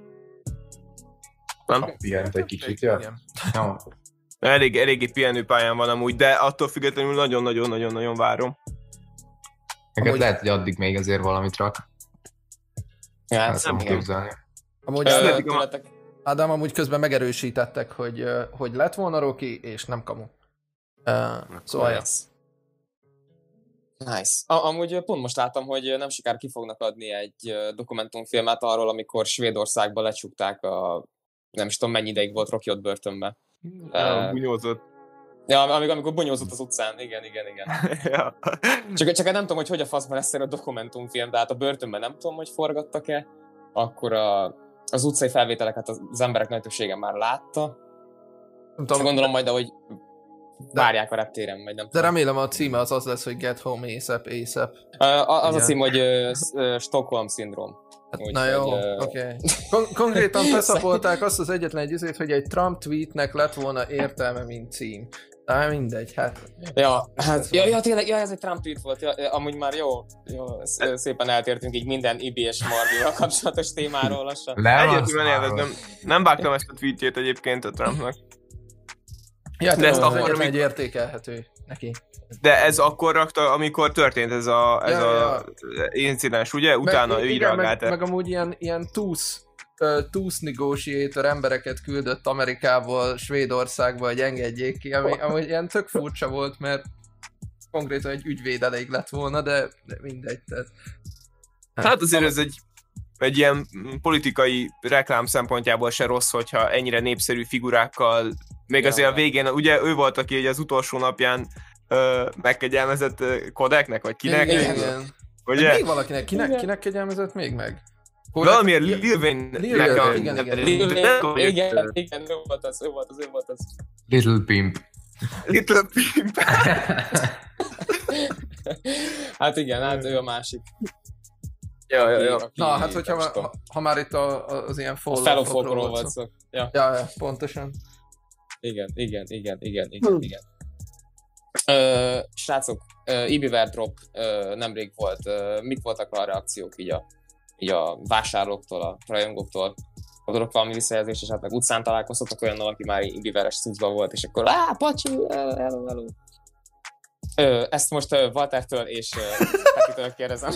Nem? Pihent egy kicsit, ja? No. Eléggé pihenő pályán van amúgy, de attól függetlenül nagyon-nagyon várom. Neked amúgy... lehet, hogy addig még azért valamit rak. Ja, hát nem képzelni. Amúgy Ádám, amúgy közben megerősítettek, hogy lett volna Rocky, és nem kamu. Szóval nice. Nice. Amúgy pont most láttam, hogy nem sokára ki fognak adni egy dokumentumfilmet arról, amikor Svédországban lecsukták nem is tudom mennyi ideig volt Rocky ott börtönben. Bunyózott. Ja, amikor bunyózott az utcán, igen. Ja. Csak nem tudom, hogy a faszban lesz a dokumentumfilm, de hát a börtönben nem tudom, hogy forgattak-e, akkor az utcai felvételeket az emberek nagy többsége már látta. Csak gondolom majd, hogy várják a reptéren, vagy nem tudom. De remélem a címe az lesz, hogy Get Home ASAP. Az a cím, hogy Stockholm Syndrome. Hát, na jó, oké. Konkrétan beszapolták azt az egyetlen egy izét, hogy egy Trump tweetnek lett volna értelme, mint cím. Mindegy, hát. Ja, hát, ja, tényleg, ja, ez egy Trump tweet volt, ja, amúgy már jó, szépen eltértünk így minden IB-s Marvel-val kapcsolatos témáról lassan. Egyébként nem vágtam ezt a tweetjét egyébként a Trumpnak. Ja, de ez akkor egy értékelhető neki. De ez akkor rakta, amikor történt ez a incidens, ugye? Utána ő így reagált. Meg amúgy ilyen TUSZ negotiator embereket küldött Amerikából, Svédországba, hogy engedjék ki, ami amúgy ilyen tök furcsa volt, mert konkrétan egy ügyvéd elég lett volna, de mindegy. Tehát... Hát azért ez egy ilyen politikai reklám szempontjából se rossz, hogyha ennyire népszerű figurákkal, még azért a végén, ugye ő volt, aki az utolsó napján megkegyelmezett Kodeknek, vagy kinek? Igen. Ugye? Még valakinek, kinek kegyelmezett még meg? Valamiért Lil Wayne-nek Igen, ő volt az. Little Pimp. Little Pimp. Hát igen, hát ő a másik. Ja. Na, hát hogyha ha már itt az ilyen follow-folkról volt szó. Ja, pontosan. Igen. Srácok, Ibiver Drop nemrég volt. Mik voltak a reakciók így a vásárlóktól, a rajongóktól? Adok valami visszajelzést, és hát meg utcán találkoztatok olyannal, aki már Ibiveres cuccban volt, és akkor pacsi, hello. Ezt most Waltertől és Petitől kérdezem.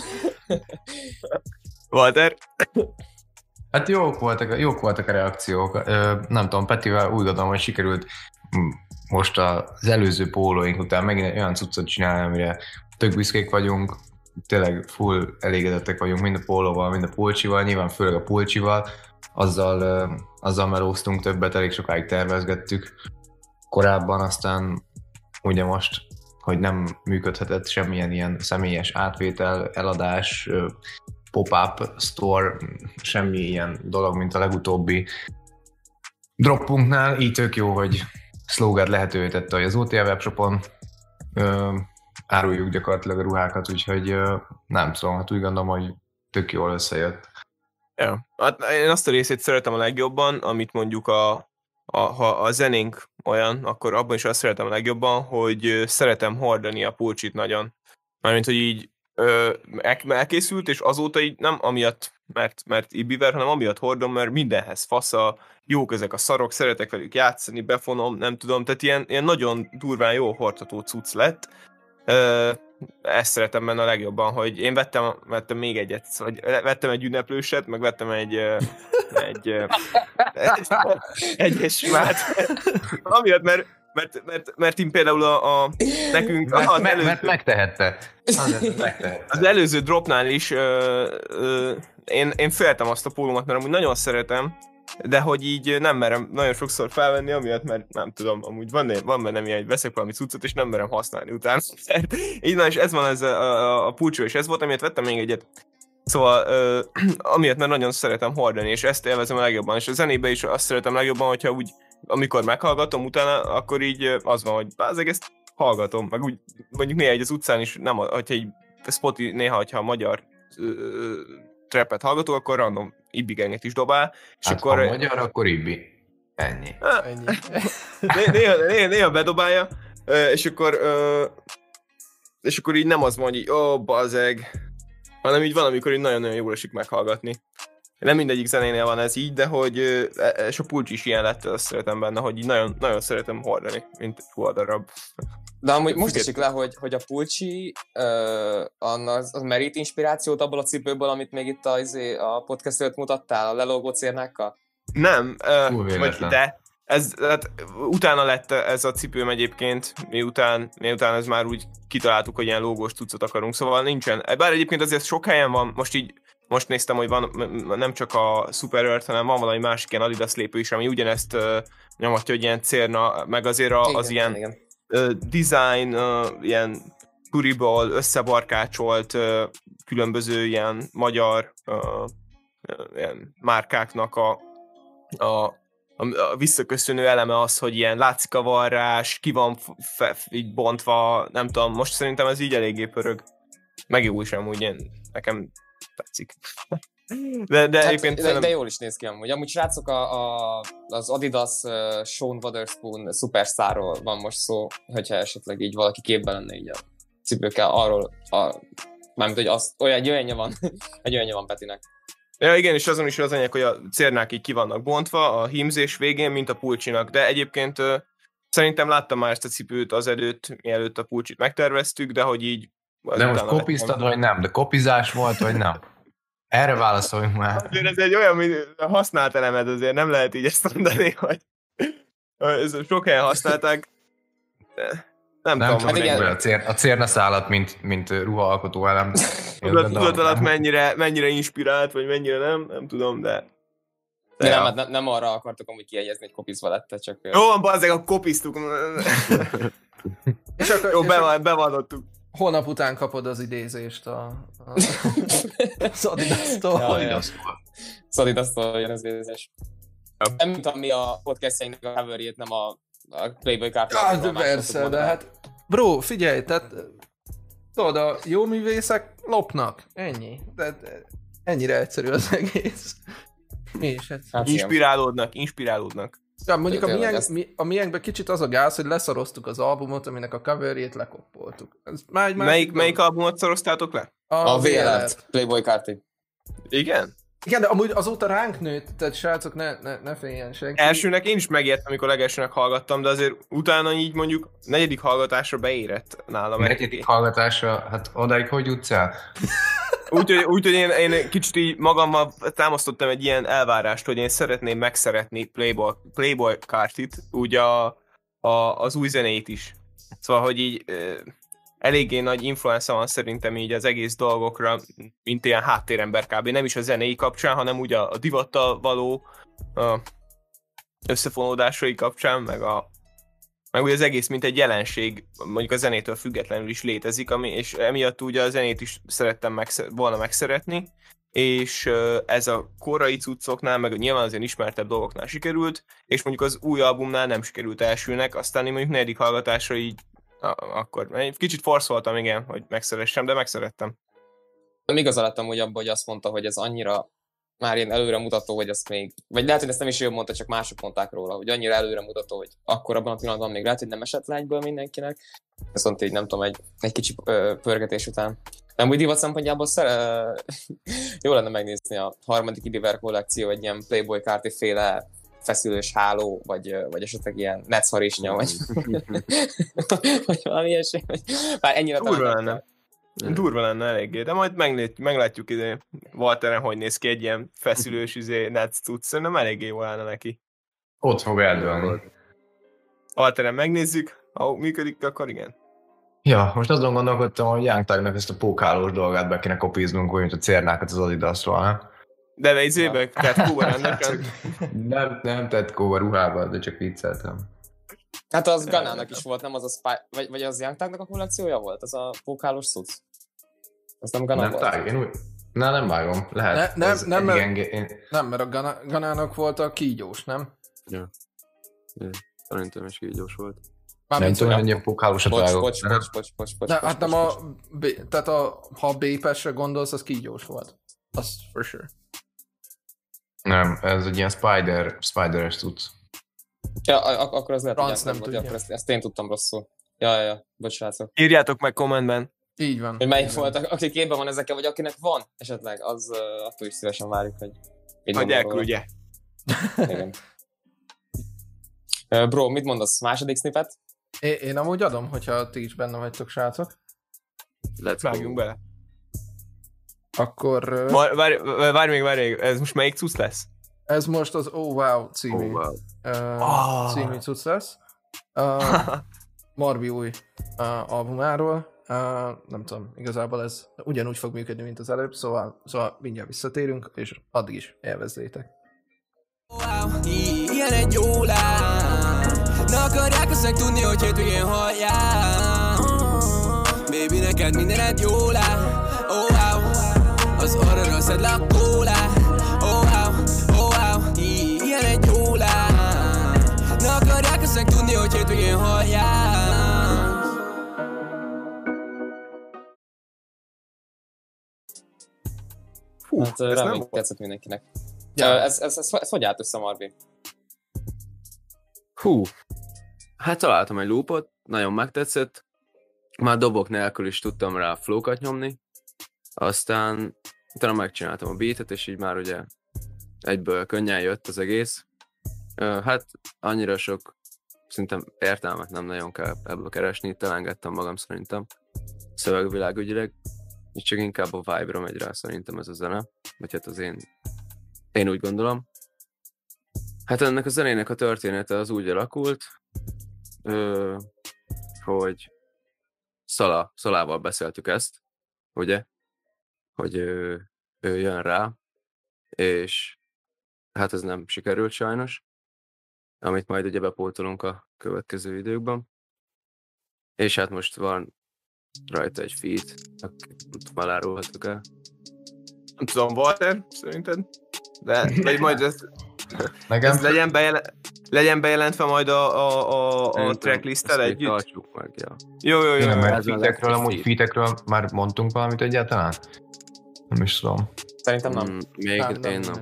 Walter? Hát jók voltak a reakciók. Nem tudom, Petivel úgy gondolom, hogy sikerült most az előző pólóink után megint olyan cuccot csinálni, amire tök büszkék vagyunk, tényleg full elégedettek vagyunk mind a pólóval, mind a pulcsival, nyilván főleg a pulcsival, azzal melóztunk többet, elég sokáig tervezgettük korábban, aztán ugye most, hogy nem működhetett semmilyen ilyen személyes átvétel, eladás, pop-up store, semmi ilyen dolog, mint a legutóbbi droppunknál, így tök jó, hogy Slogard lehetővé tette, hogy az OTL webshopon áruljuk gyakorlatilag a ruhákat, úgyhogy nem tudom, hát úgy gondolom, hogy tök jól összejött. Ja. Hát én azt a részét szeretem a legjobban, amit mondjuk ha a zenénk olyan, akkor abban is azt szeretem a legjobban, hogy szeretem hordani a pulcsit nagyon. Mármint, hogy így elkészült, és azóta így nem amiatt, mert Ibiver, hanem amiatt hordom, mert mindenhez fasza, jók ezek a szarok, szeretek velük játszani, befonom, nem tudom, tehát ilyen nagyon durván jó hordható cucc lett. Ezt szeretem benne a legjobban, hogy én vettem még egyet, vagy vettem egy ünneplőset, meg vettem egy simát. Amiatt, mert én például nekünk az előző... Mert megtehette. Az előző dropnál is én féltem azt a pólómat, mert amúgy nagyon szeretem, de hogy így nem merem nagyon sokszor felvenni, amiatt, mert nem tudom, amúgy van bennem ilyen, hogy veszek valami cuccot, és nem merem használni utána. Így na, és ez van, ez a pulcsó, és ez volt, amiatt vettem még egyet. Szóval, amiatt, mert nagyon szeretem hordani, és ezt élvezem a legjobban, és a zenébe is azt szeretem legjobban, hogyha úgy, amikor meghallgatom utána, akkor így az van, hogy bázeg, ezt hallgatom, meg úgy, mondjuk néha az utcán is, nem, hogyha így Spotify, néha, hogyha magyar trappet hallgató, akkor random Ibbi genget is dobál, és hát akkor... ha magyar, akkor Ibbi. Ennyi. Néha bedobálja, és akkor így nem az van, hogy így, bazeg, hanem így van, amikor így nagyon-nagyon jól esik meghallgatni. Nem mindegyik zenénél van ez így, de hogy és a pulcs is ilyen lett, azt szeretem benne, hogy így nagyon, nagyon szeretem hordani, mint hol darab. De amúgy most esik le, hogy a pulcsi az merít inspirációt abból a cipőből, amit még itt a podcast előtt mutattál, a lelógó cérnákkal? Nem, de hát, utána lett ez a cipőm egyébként, miután ez már úgy kitaláltuk, hogy ilyen logós cuccot akarunk, szóval nincsen. Bár egyébként azért sok helyen van, most néztem, hogy van nem csak a Super Earth, hanem van valami másik ilyen Adidas lépő is, ami ugyanezt nyomatja, hogy ilyen cérna, meg azért az igen, ilyen design, ilyen turiból összebarkácsolt különböző ilyen magyar ilyen márkáknak a visszaköszönő eleme az, hogy ilyen látszik a varrás, ki van így bontva, nem tudom, most szerintem ez így eléggé pörög. Meg jó is amúgy, nekem tetszik. De egyébként de jól is néz ki amúgy. Amúgy srácok, az Adidas Sean Wotherspoon Superstarról van most szó, hogyha esetleg így valaki képben lenne így a cipőkkel arról, mármint, hogy egy olyanja van, egy olyanja van Petinek. Ja, igen, és azon is az anyag, hogy a cérnák így ki vannak bontva a hímzés végén, mint a pulcsinak, de egyébként szerintem láttam már ezt a cipőt azelőtt, mielőtt a pulcsit megterveztük, de hogy így... De most kopiztad, vagy nem? De kopizás volt, vagy nem? Erre válaszoljunk már. Azért ez egy olyan használt elemed, azért nem lehet így ezt mondani, hogy ezt sok helyen használták. Nem tudom, csak a cérnaszálat, mint ruhaalkotó elem. Tudod alatt mennyire inspirált, vagy mennyire nem tudom, de nem arra akartok amúgy kiegyezni, hogy kopizva lett, csak... Jó, bazzeg, a kopiztuk. És akkor, jó, bevallottuk. Holnap után kapod az idézést az Adidas-tól. Az Adidas-tól jön az idézés. Nem mint ami a podcastjainknak a coverjét, nem a Playboy kártyát. De persze, de hát... Bro, figyelj, tehát... Tudod, a jó művészek lopnak. Ennyi. Tehát ennyire egyszerű az egész. Mi is egyszerű. Hát inspirálódnak. Ja, mondjuk a miénkben kicsit az a gáz, hogy leszaroztuk az albumot, aminek a coverjét lekoppoltuk. Melyik albumot szaroztátok le? A VLR-t, Playboy Carti. Igen? Igen, de amúgy azóta ránk nőtt, tehát srácok, ne féljen senki. Elsőnek én is megijedtem, amikor legelsőnek hallgattam, de azért utána így mondjuk negyedik hallgatásra beérett nálam. Negyedik hallgatásra? Hát odáig hogy jutsz el? Úgyhogy én kicsit így magammal támasztottam egy ilyen elvárást, hogy én szeretném megszeretni Playboy Cartit, úgy az új zenét is. Szóval, hogy így eléggé nagy influenza van szerintem így az egész dolgokra, mint ilyen háttérember kb. Nem is a zenei kapcsán, hanem úgy a divattal való összefonódásai kapcsán, meg úgy az egész, mint egy jelenség, mondjuk a zenétől függetlenül is létezik, és emiatt ugye a zenét is szerettem volna megszeretni, és ez a korai cuccoknál, meg nyilván az ilyen ismertebb dolgoknál sikerült, és mondjuk az új albumnál nem sikerült elsőnek, aztán én mondjuk negyedik hallgatásra így akkor egy kicsit forszoltam, igen, hogy megszeressem, de megszerettem. Nem igazán lettem úgy abban, hogy azt mondta, hogy ez annyira már ilyen előremutató, hogy ezt még, vagy lehet, hogy ezt nem is ő mondta, csak mások mondták róla, hogy annyira előremutató, hogy akkor abban a pillanatban még lehet, hogy nem esett le egyből mindenkinek. Viszont így nem tudom, egy kicsi pörgetés után. Nem úgy divat szempontjából jó lenne megnézni a harmadik Idiver kollekció, egy ilyen Playboy Carti féle feszülős háló, vagy esetleg ilyen netszharisnya, vagy valami ilyesmi. Bár ennyire Durva lenne eléggé, de majd meglátjuk ide Walteren, hogy néz ki egy ilyen feszülős netsz cucc, szerintem eléggé jól állna neki. Ott fog eldőlni. Walteren megnézzük, ha működik, akkor igen. Ja, most azon gondolkodtam, hogy Young Thugnak ezt a pókálós dolgát be kéne kopiznunk, mint a cérnákat az Adidasról, nem? De vegyzébe, tetkóba rendesen. Nem tetkóba ruhába, de csak vicceltem. Hát az Ganának is volt, nem az a Spy... Vagy az Young Thugnak a kollekciója volt? Az a pókálós cucc? Az nem Gana volt? Nem vágom. Lehet. Nem, mert a Ganának volt a kígyós, nem? Ja. Szerintem is kígyós volt. Nem tudom, hogy ilyen pókálósat vágok. Bocs. Hát nem tehát ha a B-pesre gondolsz, az kígyós volt. Az for sure. Nem, ez egy ilyen spider-es tudsz. Ja, akkor az lehet, Franc nem tudja. Ezt én tudtam rosszul. Ja, bocs, srácok. Írjátok meg kommentben. Így van. Hogy melyik volt, aki képben van ezekkel, vagy akinek van esetleg, az attól is szívesen várjuk, hogy... Hogy elküldje. Igen. Bro, mit mondasz? Második snippet? Én amúgy adom, hogyha ti is benne vagytok, srácok. Vágjunk bele. Akkor... Várj még, ez most melyik cucc lesz? Ez most az Oh Wow című, című cucc lesz. Marbi új albumáról. Nem tudom, igazából ez ugyanúgy fog működni, mint az előbb, szóval mindjárt visszatérünk, és addig is élvezzétek. Ilyen egy jó lány. Ne akarják összeg tudni, hogy hétvégén halljál. Baby, neked mindened jó lány. Oh wow, az orrodról szed le a kólát. Oh wow, ilyen egy jó lány. Ne akarják összeg tudni, hogy hétvégén halljál. Hát reméljük tetszett mindenkinek. Ez hogy állt össze, Marvi? Hát találtam egy loopot, nagyon megtetszett. Már dobok nélkül is tudtam rá flow-kat nyomni. Aztán utána megcsináltam a beatet, és így már ugye egyből könnyen jött az egész. Hát annyira sok szerintem értelmet nem nagyon kell ebből keresni, itt elengedtem magam szerintem szövegvilágügyileg, és csak inkább a vibe-ra megy rá szerintem ez a zene, vagy hát az én úgy gondolom. Hát ennek a zenének a története az úgy alakult, hogy Szalával beszéltük ezt, ugye, hogy ő jön rá, és hát ez nem sikerült sajnos, amit majd ugye bepótolunk a következő időkben. És hát most van rajta egy feat, akit már árulhatok el. Nem tudom, Walter, szerinted? De vagy majd ez Nekem legyen bejelentve majd a tracklist-tel együtt? Tartsuk meg, ja. Jó. Igen, mert Ez featekről már mondtunk valamit egyáltalán? Nem is tudom. Szerintem nem. Még nem.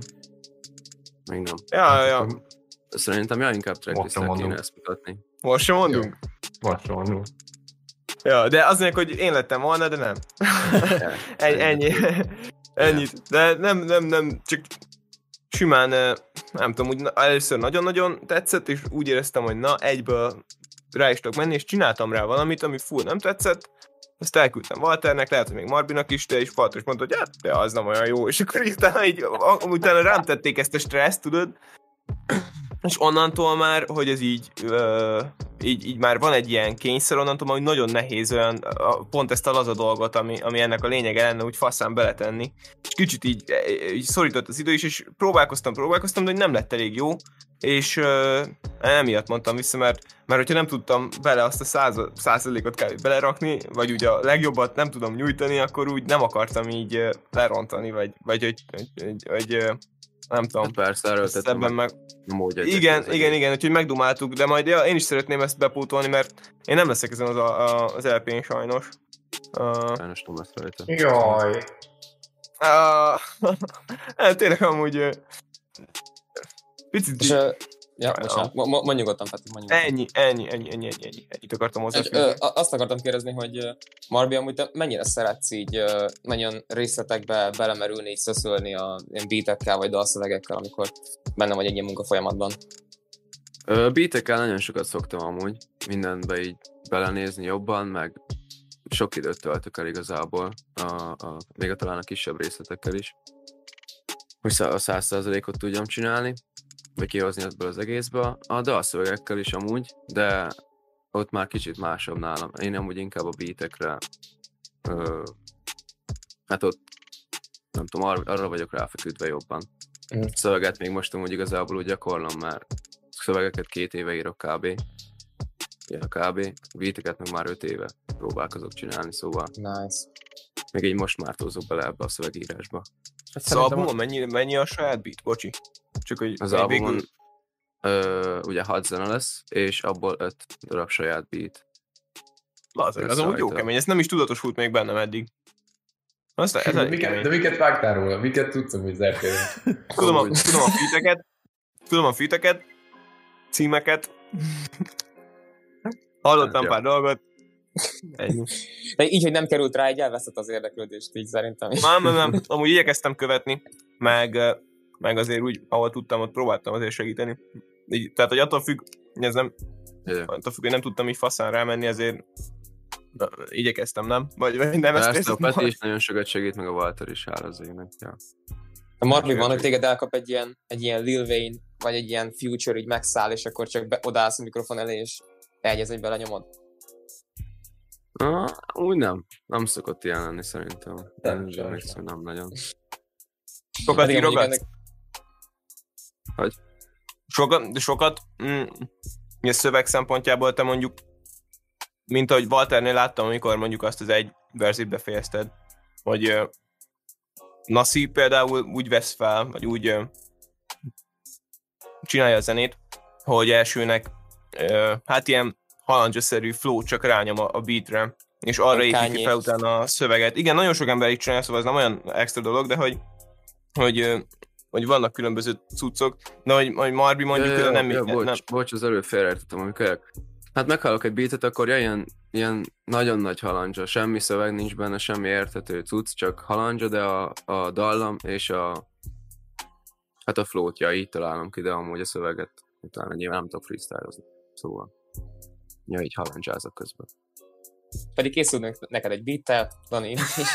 Ja. Szerintem inkább tracklistet kéne ezt mutatni. Most sem mondunk? Most mondjuk. Ja, de az mondják, hogy én lettem volna, de nem. Ennyi. Ennyit. De nem, csak simán, nem tudom, úgy először nagyon-nagyon tetszett, és úgy éreztem, hogy na, egyből rá is tudok menni, és csináltam rá valamit, ami full nem tetszett, azt elküldtem Walternek, lehet, hogy még Marbinak is, és Walter is mondta, hogy hát, de az nem olyan jó, és akkor utána rám tették ezt a stresszt, tudod, és onnantól már, hogy ez így már van egy ilyen kényszer, onnantól már, hogy nagyon nehéz olyan, pont ezt a laza dolgot, ami ennek a lényege lenne, úgy faszán beletenni. És kicsit így szorított az idő is, és próbálkoztam, de hogy nem lett elég jó, és emiatt mondtam vissza, mert hogyha nem tudtam bele azt a 100%-ot kell belerakni, vagy ugye a legjobbat nem tudom nyújtani, akkor úgy nem akartam így lerontani, vagy hogy nem tudom. Hát persze, erőltetem meg. Igen, úgyhogy megdumáltuk, de majd én is szeretném ezt bepótolni, mert én nem leszek ezen az LP-n sajnos. Sajnos nem lesz rajta. Jaj. Tényleg amúgy picit... Ja, bocsánat, mondj nyugodtan, Peti, mondj nyugodtan. Ennyi. Ennyit akartam hozzáfűzni. Azt akartam kérdezni, hogy Marbi, amúgy te mennyire szeretsz így nagyon részletekbe belemerülni, így szöszölni a ilyen beatekkel vagy dalszövegekkel, amikor benne vagy egy ilyen munkafolyamatban? Beatekkel nagyon sokat szoktam amúgy, mindenbe így belenézni jobban, meg sok időt töltök el igazából, még talán a kisebb részletekkel is, hogy a 100%-ot tudjam csinálni, vagy kihozni ebből az egészbe. A dalszövegekkel is amúgy, de ott már kicsit másabb nálam. Én amúgy inkább a beatekre, hát ott nem tudom, arra vagyok ráfeküdve jobban. Szöveget még most amúgy igazából úgy gyakorlom, mert szövegeket 2 éve írok kb. Ja, kb. Beateket meg már 5 éve próbálkozok csinálni, szóval Nice. még így most már tózok bele ebbe a szövegírásba. Az albumon mennyi a saját beat? Bocsi. Csak hogy az albumon ugye 6 zene lesz, és abból 5 darab saját beat. Az amúgy jó kemény, ez nem is tudatosult még bennem eddig. De miket vágtál róla? Miket tudsz, hogy zerkélni? Tudom a feateket, címeket, hallottam pár dolgot. Ennyi. De így, hogy nem került rá, így elveszett az érdeklődést, így szerintem. Nem. Amúgy igyekeztem követni, meg azért úgy, ahol tudtam, ott próbáltam azért segíteni. Így, tehát, hogy attól függ, hogy nem tudtam így faszán rámenni, azért igyekeztem, nem? Vagy nem ezt a Peti is nagyon sokat segít, meg a Walter is, hála az égnek. Ja. A Marvi van, hogy téged elkap egy ilyen Lil Wayne, vagy egy ilyen Future, így megszáll, és akkor csak odaállsz a mikrofon elé, és egy belenyomod? Úgy nem szokott ilyen lenni szerintem. Nem nagyon. Sokat írogatsz? Hogy? Sokat? Mi a szöveg szempontjából te mondjuk, mint ahogy Walternél láttam, amikor mondjuk azt az egy verzét befejezted, hogy Nasi például úgy vesz fel, vagy úgy csinálja a zenét, hogy elsőnek hát ilyen halandzsaszerű flow csak rányom a beatre, és arra építi fel utána a szöveget. Igen, nagyon sok ember így csinálja, szóval ez nem olyan extra dolog, de hogy hogy vannak különböző cuccok, de hogy Marbi mondjuk nem... Bocs, az előbb félreértettem, amikor hát meghallok egy beatet, akkor ilyen nagyon nagy halandzsa, semmi szöveg nincs benne, semmi érthető cucc, csak halandzsa, de a dallam és a floatja, így találom ki, de amúgy a szöveget utána nyilván nem tudok freestylozni. Szóval, ja, így halandzsázok közben. Pedig készülünk neked egy beat-tel, Dani.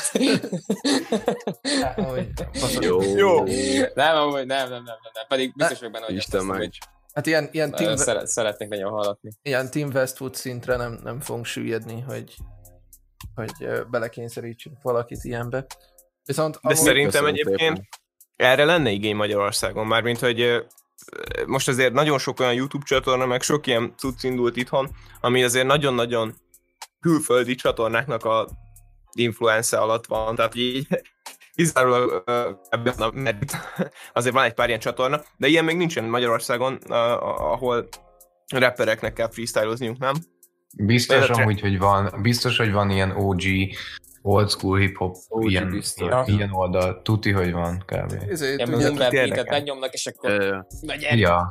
Jó. Nem. Pedig biztos vagyok benne, hogy Isten meg. Hát ilyen team, szeretnék nagyon hallatni. ilyen Team Westwood szintre nem fogunk süllyedni, hogy belekényszerítsünk valakit ilyenbe. Viszont de szerintem egyébként erre lenne igény Magyarországon, mármint, hogy most azért nagyon sok olyan YouTube csatorna, meg sok ilyen cucc indult itthon, ami azért nagyon-nagyon külföldi csatornáknak a influence alatt van, tehát így kizárólag azért van egy pár ilyen csatorna, de ilyen még nincsen Magyarországon, ahol rappereknek kell freestylozniuk, nem? Biztos amúgy, hogy van, biztos, hogy van ilyen OG, old school hip-hop, ilyen oldal, tuti, hogy van kb. Ilyen boomer beatet megnyomnak, és akkor megyek. Ja.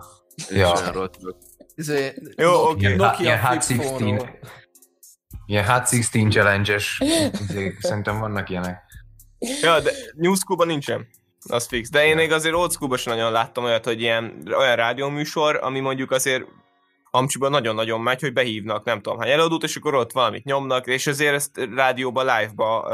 Jó, oké. Nokia Hot flip 16, ilyen Hot 16 challenge-es, szerintem vannak ilyenek. Ja, de New School-ban nincsen, az fix. De én még azért old school-ban sem nagyon láttam olyat, hogy olyan rádióműsor, ami mondjuk azért Amcsiban nagyon-nagyon megy, hogy behívnak nem tudom hány előadót, és akkor ott valamit nyomnak, és azért ezt rádióban, live-ba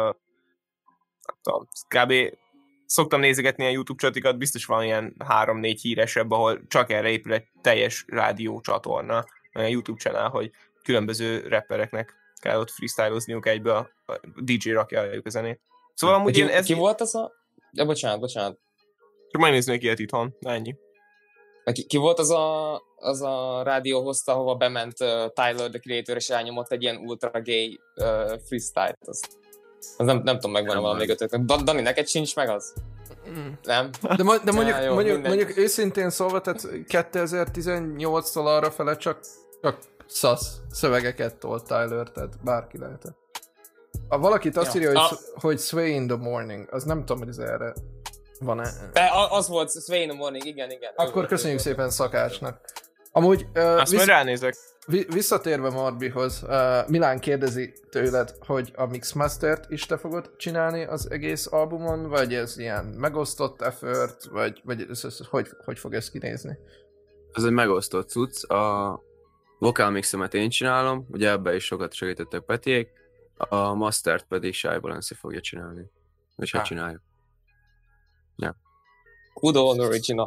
kb. Szoktam nézegetni a YouTube csatikat, biztos van ilyen 3-4 híresebb, ahol csak erre épül egy teljes rádió csatorna, olyan YouTube channel, hogy különböző rappereknek kell ott freestylozniuk egybe, a DJ rakja a zenét. Szóval amúgy ki volt az a... Ja, bocsánat. Csak majd néznék ilyet itthon, ennyi. Ki volt az a rádió hozta, ahova bement Tyler, the Creator, és elnyomott egy ilyen ultra gay freestyle-t. Az nem tudom, megvan valami ötöknek. Dani, neked sincs meg az? Nem? De mondjuk őszintén szólva, tehát 2018-tól arra fele csak szasz szövegeket tolt Tyler, tehát bárki lehetett. Ha valakit azt írja, hogy Sway in the Morning, az nem tudom, hogy ez erre van-e. Az volt Sway in the Morning, igen. Akkor köszönjük szépen Szakácsnak. Amúgy azt majd ránézek. Visszatérve Marbihoz, Milán kérdezi tőled, hogy a Mixmastert is te fogod csinálni az egész albumon, vagy ez ilyen megosztott effort, vagy hogy fog ez kinézni? Ez egy megosztott cucc. A vokál mixemet én csinálom, ugye ebben is sokat segítettek Petiék, a mastert pedig Shy Balenci fogja csinálni. És hát csináljuk. Ja. Good on original.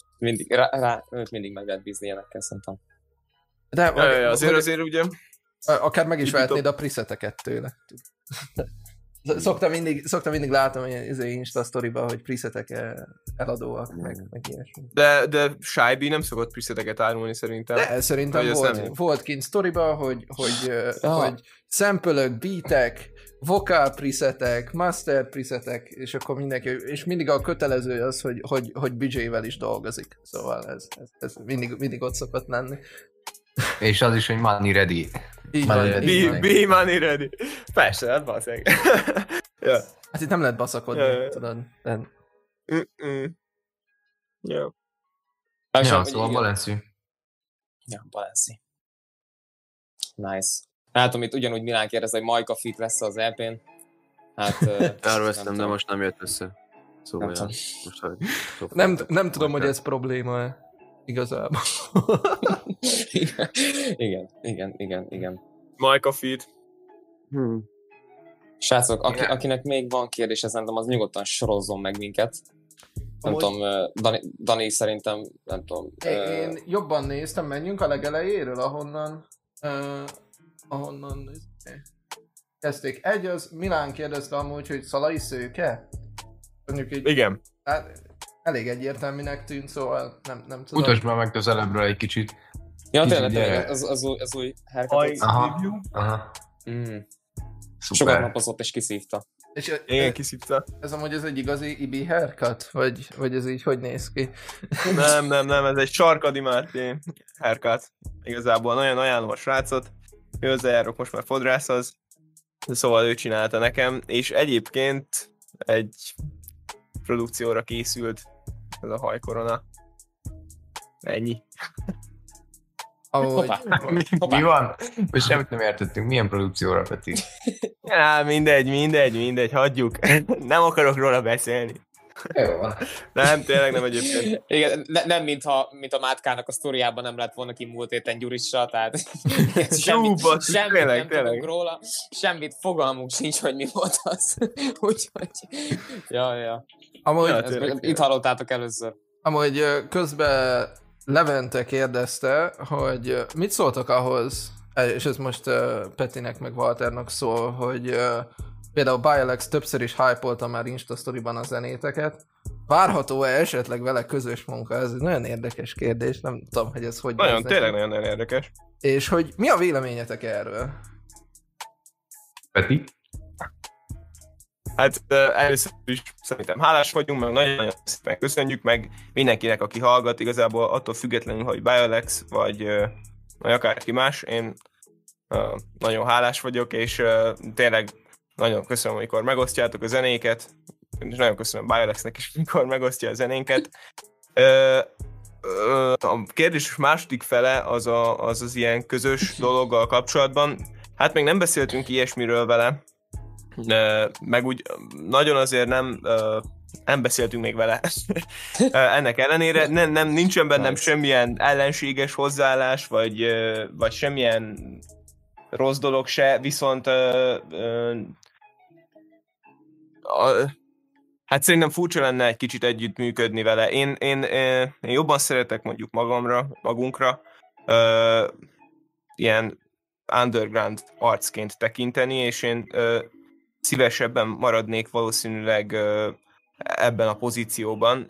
Őt mindig meg lehet bízni ilyenekkel, szerintem. De azért ugye... Akár meg is vehetnéd a preseteket tőle. Szoktam mindig látom hogy Insta sztoriba, hogy presetek eladóak, meg ilyesmi. De Shy nem szokott preseteket árulni szerintem. De szerintem volt kint sztoriba, hogy sample-ök, beatek, vokál presetek, master presetek, és akkor mindenki, és mindig a kötelező az, hogy BJ-vel is dolgozik. Szóval ez mindig ott szokott lenni. És az is, hogy money ready. Be money ready. Persze, hát baszeg. Ja. Hát itt nem lehet baszakodni, tudod. Ja. Szóval Balenci. Ja, Balenci. Nice. Hát, amit ugyanúgy Milán kérdez, hogy Majka fit lesz az EP-n. Hát... Terveztem, de most nem jött össze. Szóval nem tudom, hogy ez probléma-e. Igazából. Igen. Majka feed. Srácok, akinek még van kérdése, szerintem az nyugodtan sorozzon meg minket. Nem tudom, Dani szerintem, nem tudom. Én jobban néztem, menjünk a legelejéről, ahonnan kezdték. Egy az, Milán kérdezte amúgy, hogy Szalai szőke? Igen. Hát, elég egyértelműnek tűnt, szóval nem tudom. Mutasd már meg közelebbről egy kicsit. Ja, tényleg, az új haircutot. Aha. Sokat napozott és kiszívta. Igen, kiszívta. Ez amúgy ez egy igazi Ibi haircut? Vagy ez így hogy néz ki? Nem, ez egy Sarkadi Márti haircut. Igazából nagyon ajánlom a srácot. Ő hozzájárok, most már fodrász az. Szóval ő csinálta nekem, és egyébként egy produkcióra készült ez a hajkorona. Ennyi. Amúgy, Mi van? Most semmit nem értettünk. Milyen produkcióra, Peti? Ja, mindegy, hagyjuk. Nem akarok róla beszélni. Jó van. Nem, tényleg nem egyébként. Igen, nem mint a Mátkának a sztoriában nem lett volna ki múlt héten Gyurissal, tehát semmit nem tudunk róla, semmit fogalmunk sincs, hogy mi volt az. Úgyhogy, ja. amúgy, Itt hallottátok először. amúgy közben Levente kérdezte, hogy mit szóltak ahhoz, és ez most Petinek meg Walternak szól, hogy például Bialex többször is hype-olta már Insta Storyban a zenéteket. Várható-e esetleg vele közös munka? Ez egy nagyon érdekes kérdés, nem tudom, hogy ez hogy... Nagyon, tényleg nagyon érdekes. És hogy mi a véleményetek erről? Peti? Hát először is szerintem hálás vagyunk, meg nagyon-nagyon szépen köszönjük, meg mindenkinek, aki hallgat, igazából attól függetlenül, hogy Bialex, vagy akárki más, én nagyon hálás vagyok, és tényleg nagyon köszönöm, amikor megosztjátok a zenéket, és nagyon köszönöm Bialexnek is, amikor megosztja a zenénket. A kérdés második fele az ilyen közös dologgal kapcsolatban. Hát még nem beszéltünk ilyesmiről vele, meg úgy nagyon azért nem beszéltünk még vele. Ennek ellenére nincsen bennem semmilyen ellenséges hozzáállás, vagy semmilyen rossz dolog se, viszont hát szerintem furcsa lenne egy kicsit együttműködni vele. Én jobban szeretek mondjuk magunkra ilyen underground arcként tekinteni, és én szívesebben maradnék valószínűleg ebben a pozícióban.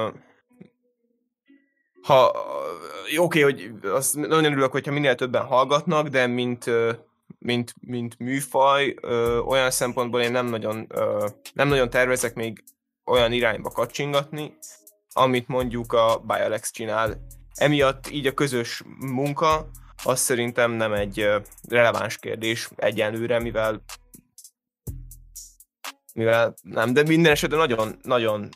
Oké, hogy azt nagyon örülök, hogyha minél többen hallgatnak, de mint műfaj, olyan szempontból én nem nagyon tervezek még olyan irányba kacsingatni, amit mondjuk a Bialex csinál. Emiatt így a közös munka, az szerintem nem egy releváns kérdés egyenlőre, mivel nem, de minden esetben nagyon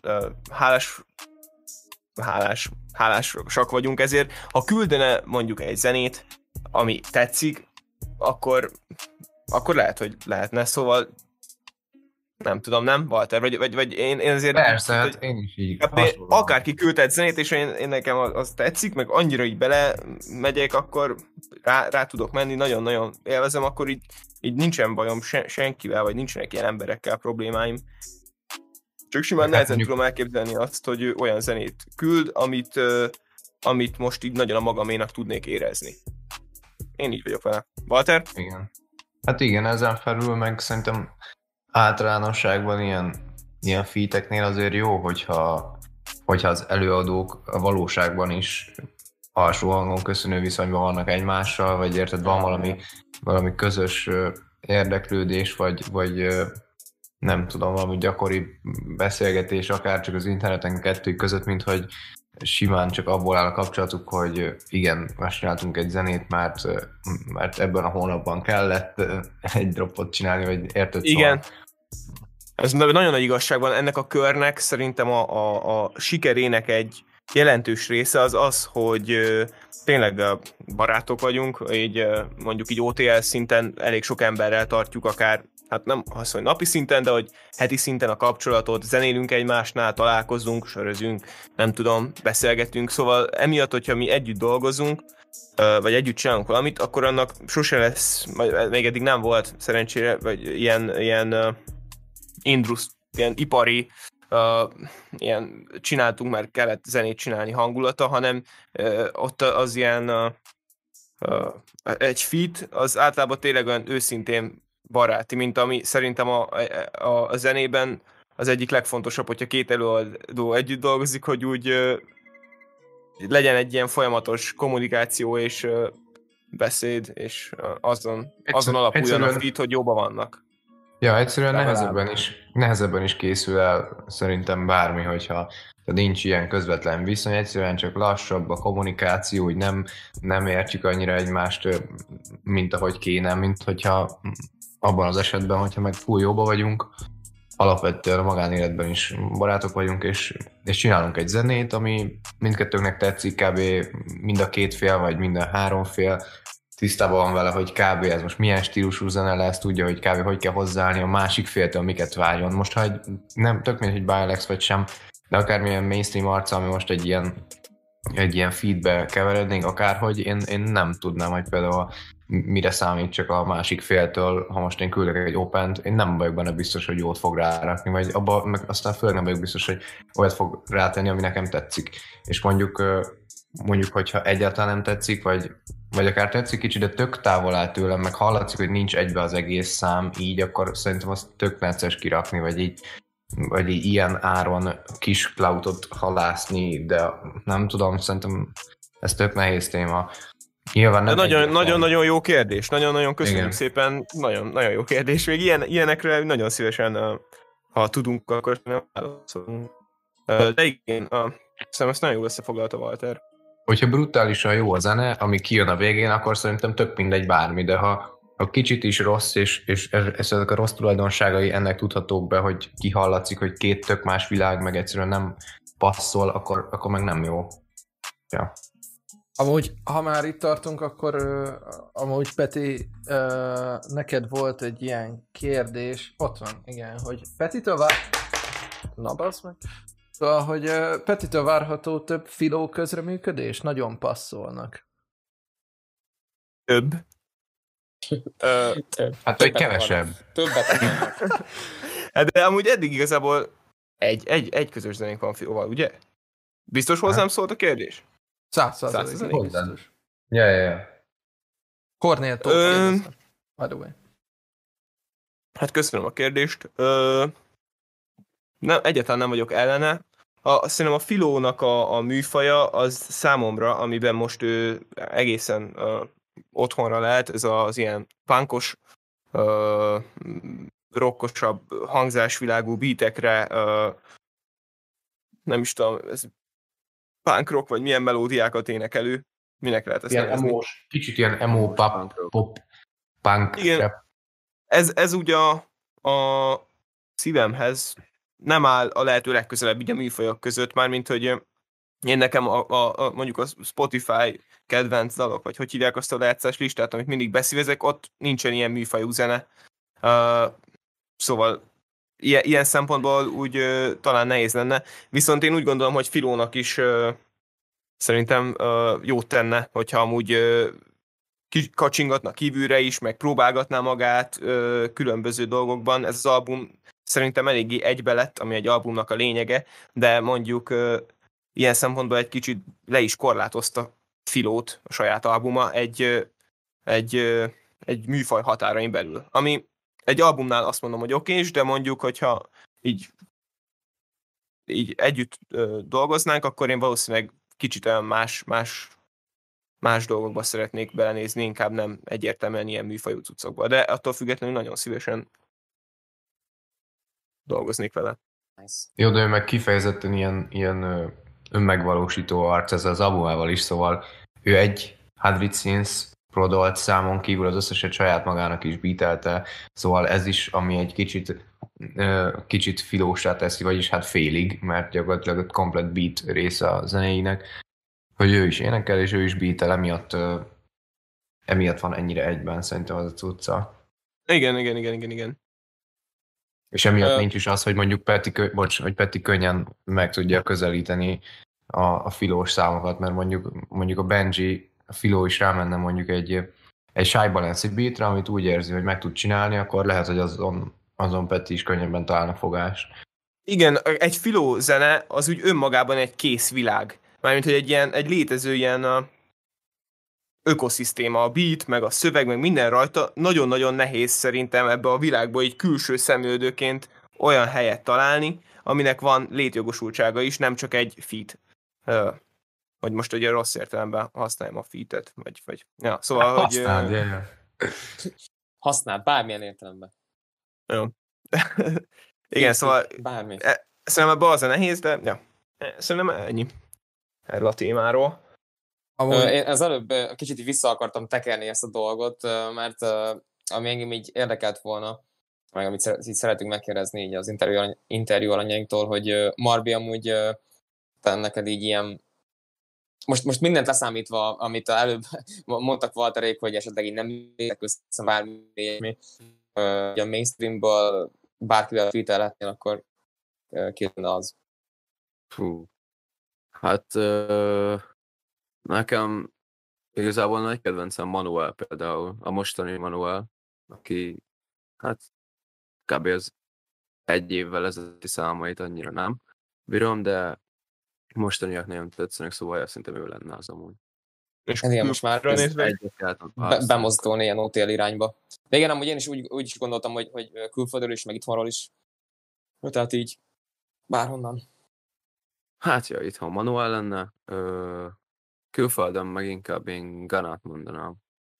hálásak vagyunk ezért. Ha küldene mondjuk egy zenét, ami tetszik, akkor lehet, hogy lehetne, szóval nem tudom, nem, Walter? Vagy én azért... Persze, hát én is így. Akárki küldte egy zenét, és én nekem az tetszik, meg annyira így bele megyek, akkor rá tudok menni, nagyon-nagyon élvezem, akkor így nincsen bajom senkivel, vagy nincsenek ilyen emberekkel problémáim. Csak simán nehezen tudom elképzelni azt, hogy olyan zenét küld, amit most így nagyon a magaménak tudnék érezni. Én így vagyok vele. Walter? Igen. Hát igen, ezen felül meg szerintem általánosságban ilyen feateknél azért jó, hogyha az előadók a valóságban is alsó hangon köszönő viszonyban vannak egymással, vagy érted, van valami közös érdeklődés, vagy nem tudom, valami gyakori beszélgetés, akár csak az interneten kettők között, mint hogy simán csak abból áll a kapcsolatuk, hogy igen, most csináltunk egy zenét, mert ebben a hónapban kellett egy dropot csinálni, vagy érted? Igen. Szóval. Ez nagyon nagy igazság van. Ennek a körnek szerintem a sikerének egy jelentős része az, hogy tényleg barátok vagyunk, így mondjuk így OTL szinten elég sok emberrel tartjuk akár, hát nem azt, hogy napi szinten, de hogy heti szinten a kapcsolatot, zenélünk egymásnál, találkozunk, sörözünk, nem tudom, beszélgetünk, szóval emiatt, hogyha mi együtt dolgozunk, vagy együtt csinálunk valamit, akkor annak sose lesz, még eddig nem volt szerencsére, vagy ilyen ipari, ilyen csináltunk, mert kellett zenét csinálni hangulata, hanem ott az ilyen egy feat, az általában tényleg olyan őszintén baráti, mint ami szerintem a zenében az egyik legfontosabb, hogyha két előadó együtt dolgozik, hogy úgy legyen egy ilyen folyamatos kommunikáció és beszéd, és azon alapuljon a feat, hogy jóban vannak. Ja, egyszerűen nehezebben is készül el szerintem bármi, hogyha nincs ilyen közvetlen viszony, egyszerűen csak lassabb a kommunikáció, úgy nem értjük annyira egymást, mint ahogy kéne, mint hogyha abban az esetben, hogyha meg full jóba vagyunk, alapvetően a magánéletben is barátok vagyunk, és csinálunk egy zenét, ami mindkettőnknek tetszik, kb. Mind a két fél, vagy mind a három fél tisztában van vele, hogy kb. Ez most milyen stílusú zene lesz, tudja, hogy kb. Hogy kell hozzáállni a másik féltől, miket várjon. Most, ha nem tök mindegy, hogy Bialex vagy sem, de akármilyen mainstream arca, ami most egy ilyen feedbe keverednénk, akárhogy én nem tudnám, hogy például mire számít csak a másik féltől, ha most én küldök egy opent, én nem vagyok benne biztos, hogy jót fog rárakni, vagy abban meg aztán főleg nem vagyok biztos, hogy olyat fog rátenni, ami nekem tetszik. És mondjuk, hogyha egyáltalán nem tetszik, vagy akár tetszik kicsit, de tök távol áll tőlem, meg hallatszik, hogy nincs egybe az egész szám így, akkor szerintem azt tök necces kirakni, vagy így ilyen áron kis cloudot halászni, de nem tudom, szerintem ez tök nehéz téma. Nyilván nem nagyon jó kérdés, nagyon köszönjük Igen. szépen, nagyon jó kérdés. Még ilyenekre nagyon szívesen, ha tudunk, akkor nem válaszolunk. De igen, szerintem ezt nagyon jól összefoglalta Walter. Hogyha brutálisan jó a zene, ami kijön a végén, akkor szerintem tök mindegy bármi, de ha kicsit is rossz, és ezek a rossz tulajdonságai ennek tudhatók be, hogy kihallatszik, hogy két tök más világ, meg egyszerűen nem passzol, akkor meg nem jó. Ja. Amúgy, ha már itt tartunk, akkor amúgy Peti, neked volt egy ilyen kérdés, ott van, igen, hogy Petitől Na bassz meg. Szóval, hogy Petitől várható több filó közreműködés? Nagyon passzolnak. Több. Hát, hogy kevesebb. Többet akarnak. Hát de amúgy eddig igazából egy közös zenénk van Filóval, ugye? Biztos hozzám szólt a kérdés? 100% biztos. Ja. Kornéltól kérdeztem. By the way. Hát köszönöm a kérdést. Egyáltalán nem vagyok ellene. Szerintem a Filónak a műfaja az számomra, amiben most ő egészen otthonra lehet, ez az ilyen punkos, rockosabb hangzásvilágú beatekre, nem is tudom, ez punk rock, vagy milyen melódiákat énekelő. Minek lehet ezt nevezni? Kicsit ilyen emo pop punk. Igen, ez ugye a szívemhez nem áll a lehető legközelebb így a műfajok között, mármint hogy én nekem mondjuk a Spotify kedvenc dalok, vagy hogy hívják azt a lejátszás listát, amit mindig beszívezek, ott nincsen ilyen műfajú zene. Szóval ilyen szempontból úgy talán nehéz lenne. Viszont én úgy gondolom, hogy Filónak is szerintem jót tenne, hogyha amúgy kacsingatna kívülre is, meg próbálgatná magát különböző dolgokban. Ez az album szerintem eléggé egybe lett, ami egy albumnak a lényege, de mondjuk ilyen szempontból egy kicsit le is korlátozta Filót a saját albuma egy műfaj határain belül. Ami egy albumnál azt mondom, hogy okés, de mondjuk, hogyha így együtt dolgoznánk, akkor én valószínűleg kicsit olyan más dolgokba szeretnék belenézni, inkább nem egyértelműen ilyen műfajú cuccokba, de attól függetlenül nagyon szívesen dolgoznék vele. Nice. Jó, de ő meg kifejezetten ilyen önmegvalósító arc ez az albumával is, szóval ő egy 100 Scenes prodolt számon kívül az összeset saját magának is beatelte, szóval ez is, ami egy kicsit filósá teszi, vagyis hát félig, mert gyakorlatilag a komplet beat része a zenéinek, hogy ő is énekel, és ő is beatel, emiatt van ennyire egyben szerintem az a cucca. Igen. És emiatt nincs is az, hogy mondjuk Peti könnyen meg tudja közelíteni a filós számokat, mert mondjuk a Benji, a filó is rámenne mondjuk egy Shy Balance beatre, amit úgy érzi, hogy meg tud csinálni, akkor lehet, hogy azon Peti is könnyebben találna fogást. Igen, egy filó zene az úgy önmagában egy kész világ. Mármint, hogy egy létező ilyen ökoszisztéma, a beat, meg a szöveg, meg minden rajta, nagyon-nagyon nehéz szerintem ebbe a világba így külső szemlélődőként olyan helyet találni, aminek van létjogosultsága is, nem csak egy feat. Vagy most ugye rossz értelemben használjam a featet, vagy ja, szóval, Használd, Használd, bármilyen értelemben. Jó. Igen, szóval Bármi. szerintem ebben az a nehéz, de ja, szerintem ennyi erről a témáról. Én az előbb kicsit vissza akartam tekerni ezt a dolgot, mert ami engem így érdekelt volna, meg amit így szeretünk megkérdezni így az interjú alanyainktól, hogy Marbi amúgy te neked így ilyen, most mindent leszámítva, amit előbb mondtak Walterék, hogy esetleg így nem értek össze bármi, a mainstreamből bárkivel tweetelhetnél, akkor ki lenne az? Fú. Hát nekem igazából nagy kedvencem Manuel például, a mostani Manuel, aki hát kb. Az 1 évvel ezelőtti számait annyira nem bírom, de mostaniak nagyon tetszenek, szóval szerintem ő lenne az amúgy. És Igen, most már bemozdulni ilyen OTL irányba. De igen, amúgy én is úgy is gondoltam, hogy külföldről is, meg itthonról is. Tehát így bárhonnan. Hát ja, itthon Manuel lenne, külföldön meg inkább én Ganát mondanám.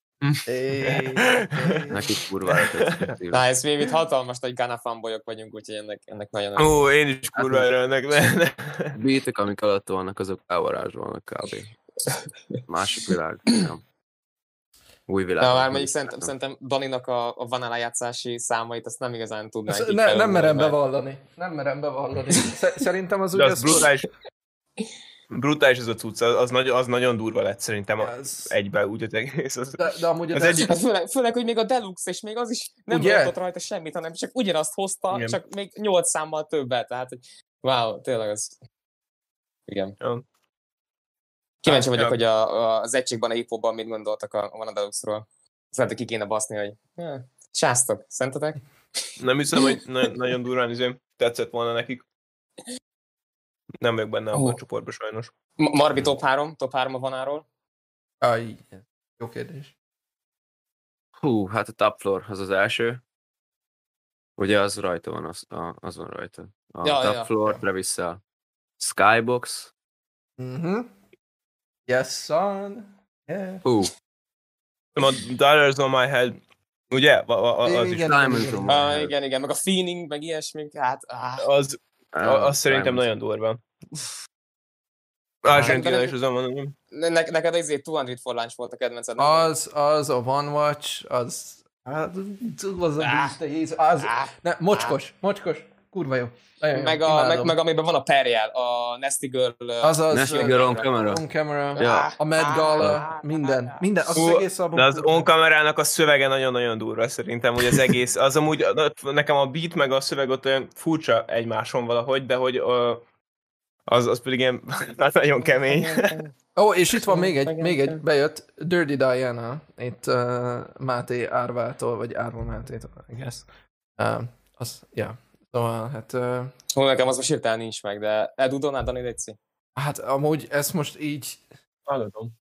Neki kurvára tetszik. Nice, mi itt hatalmas nagy Gana fanbolyok vagyunk, úgyhogy ennek nagyon... Ó, én is kurvára ennek. Beatek, amik alatt vannak, azok elvarázsolnak kb. Másik világ. Nem. Új világ. De már mondjuk szerintem Daninak a Vanilla játszási számait azt nem igazán tudnánk. Nem merem bevallani. Nem merem bevallani. Szerintem az ugye... Brutális az a cucc, az nagyon durva lett szerintem egyben úgy az egész. De amúgy az egyik... főleg, hogy még a Deluxe, és még az is nem mondott rajta semmit, hanem csak ugyanazt hozta, igen. Csak még 8 számmal többet, tehát hogy wow, tényleg az... Igen. Ja. Kíváncsi vagyok, hogy az egységben a hip-hopban mit gondoltak a Deluxe-ról. Szerintem ki kéne baszni, hogy sáztok, szerintetek? Nem hiszem, hogy nagyon durván tetszett volna nekik. Nem vagyok benne a csoportban sajnos. Marbi top 3 a Vanáról? Jó kérdés. Hú, hát a Top Floor az első. Ugye az rajta van, az van rajta. A Top Floor, Travis-szel. Skybox. Yes, son. Yeah. A Dollars on my head. Ugye? Az is. Igen, meg a Feeling, meg ilyesmi. Hát, az szerintem nagyon durva. Argentina is azon mondom. Neked ezért 200 for Lunch volt a kedvenced. Az a One Watch, az mocskos, kurva jó. Meg amiben van a Perjel, a Nasty Girl. Nasty Girl on Camera. Ja. A Mad Gala, minden, az egész album. De az On Camera-nak a szövege nagyon-nagyon durva szerintem, hogy az egész, az amúgy, nekem a beat meg a szöveg ott olyan furcsa egymáson valahogy, de hogy az pedig ilyen nagyon kemény. És itt van még egy bejött, Dirty Diana, itt Máté Árvától, vagy Árva Mátétól, I guess. Szóval, hát... nekem az most hirtelen nincs meg, de eldudolnád, Dani, Léci? Hát amúgy ezt most így... Hallgatom.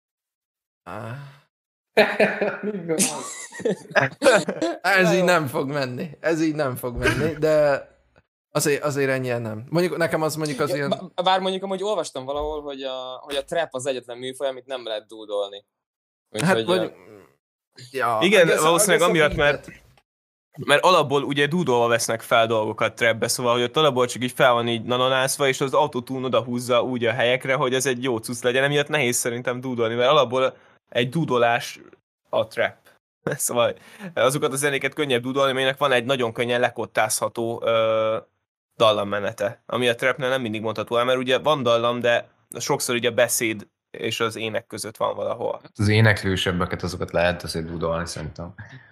Ez így nem fog menni, de azért ennyien nem. Mondjuk nekem az az ilyen... Bár mondjuk amúgy olvastam valahol, hogy a trap az egyetlen műfaj, amit nem lehet dúdolni. Hát mondjuk... Igen, valószínűleg amiatt, mert alapból ugye dúdolva vesznek fel dolgokat trapbe, szóval, hogy ott alapból csak így fel van így nanonászva, és az autotune oda húzza úgy a helyekre, hogy ez egy jó cucc legyen, emiatt nehéz szerintem dúdolni, mert alapból egy dúdolás a trap. Szóval azokat a zenéket könnyebb dúdolni, aminek van egy nagyon könnyen lekottázható dallammenete, ami a trapnél nem mindig mondható el, mert ugye van dallam, de sokszor ugye a beszéd és az ének között van valahol. Az éneklősebbeket azokat lehet azért dúdolni szerintem.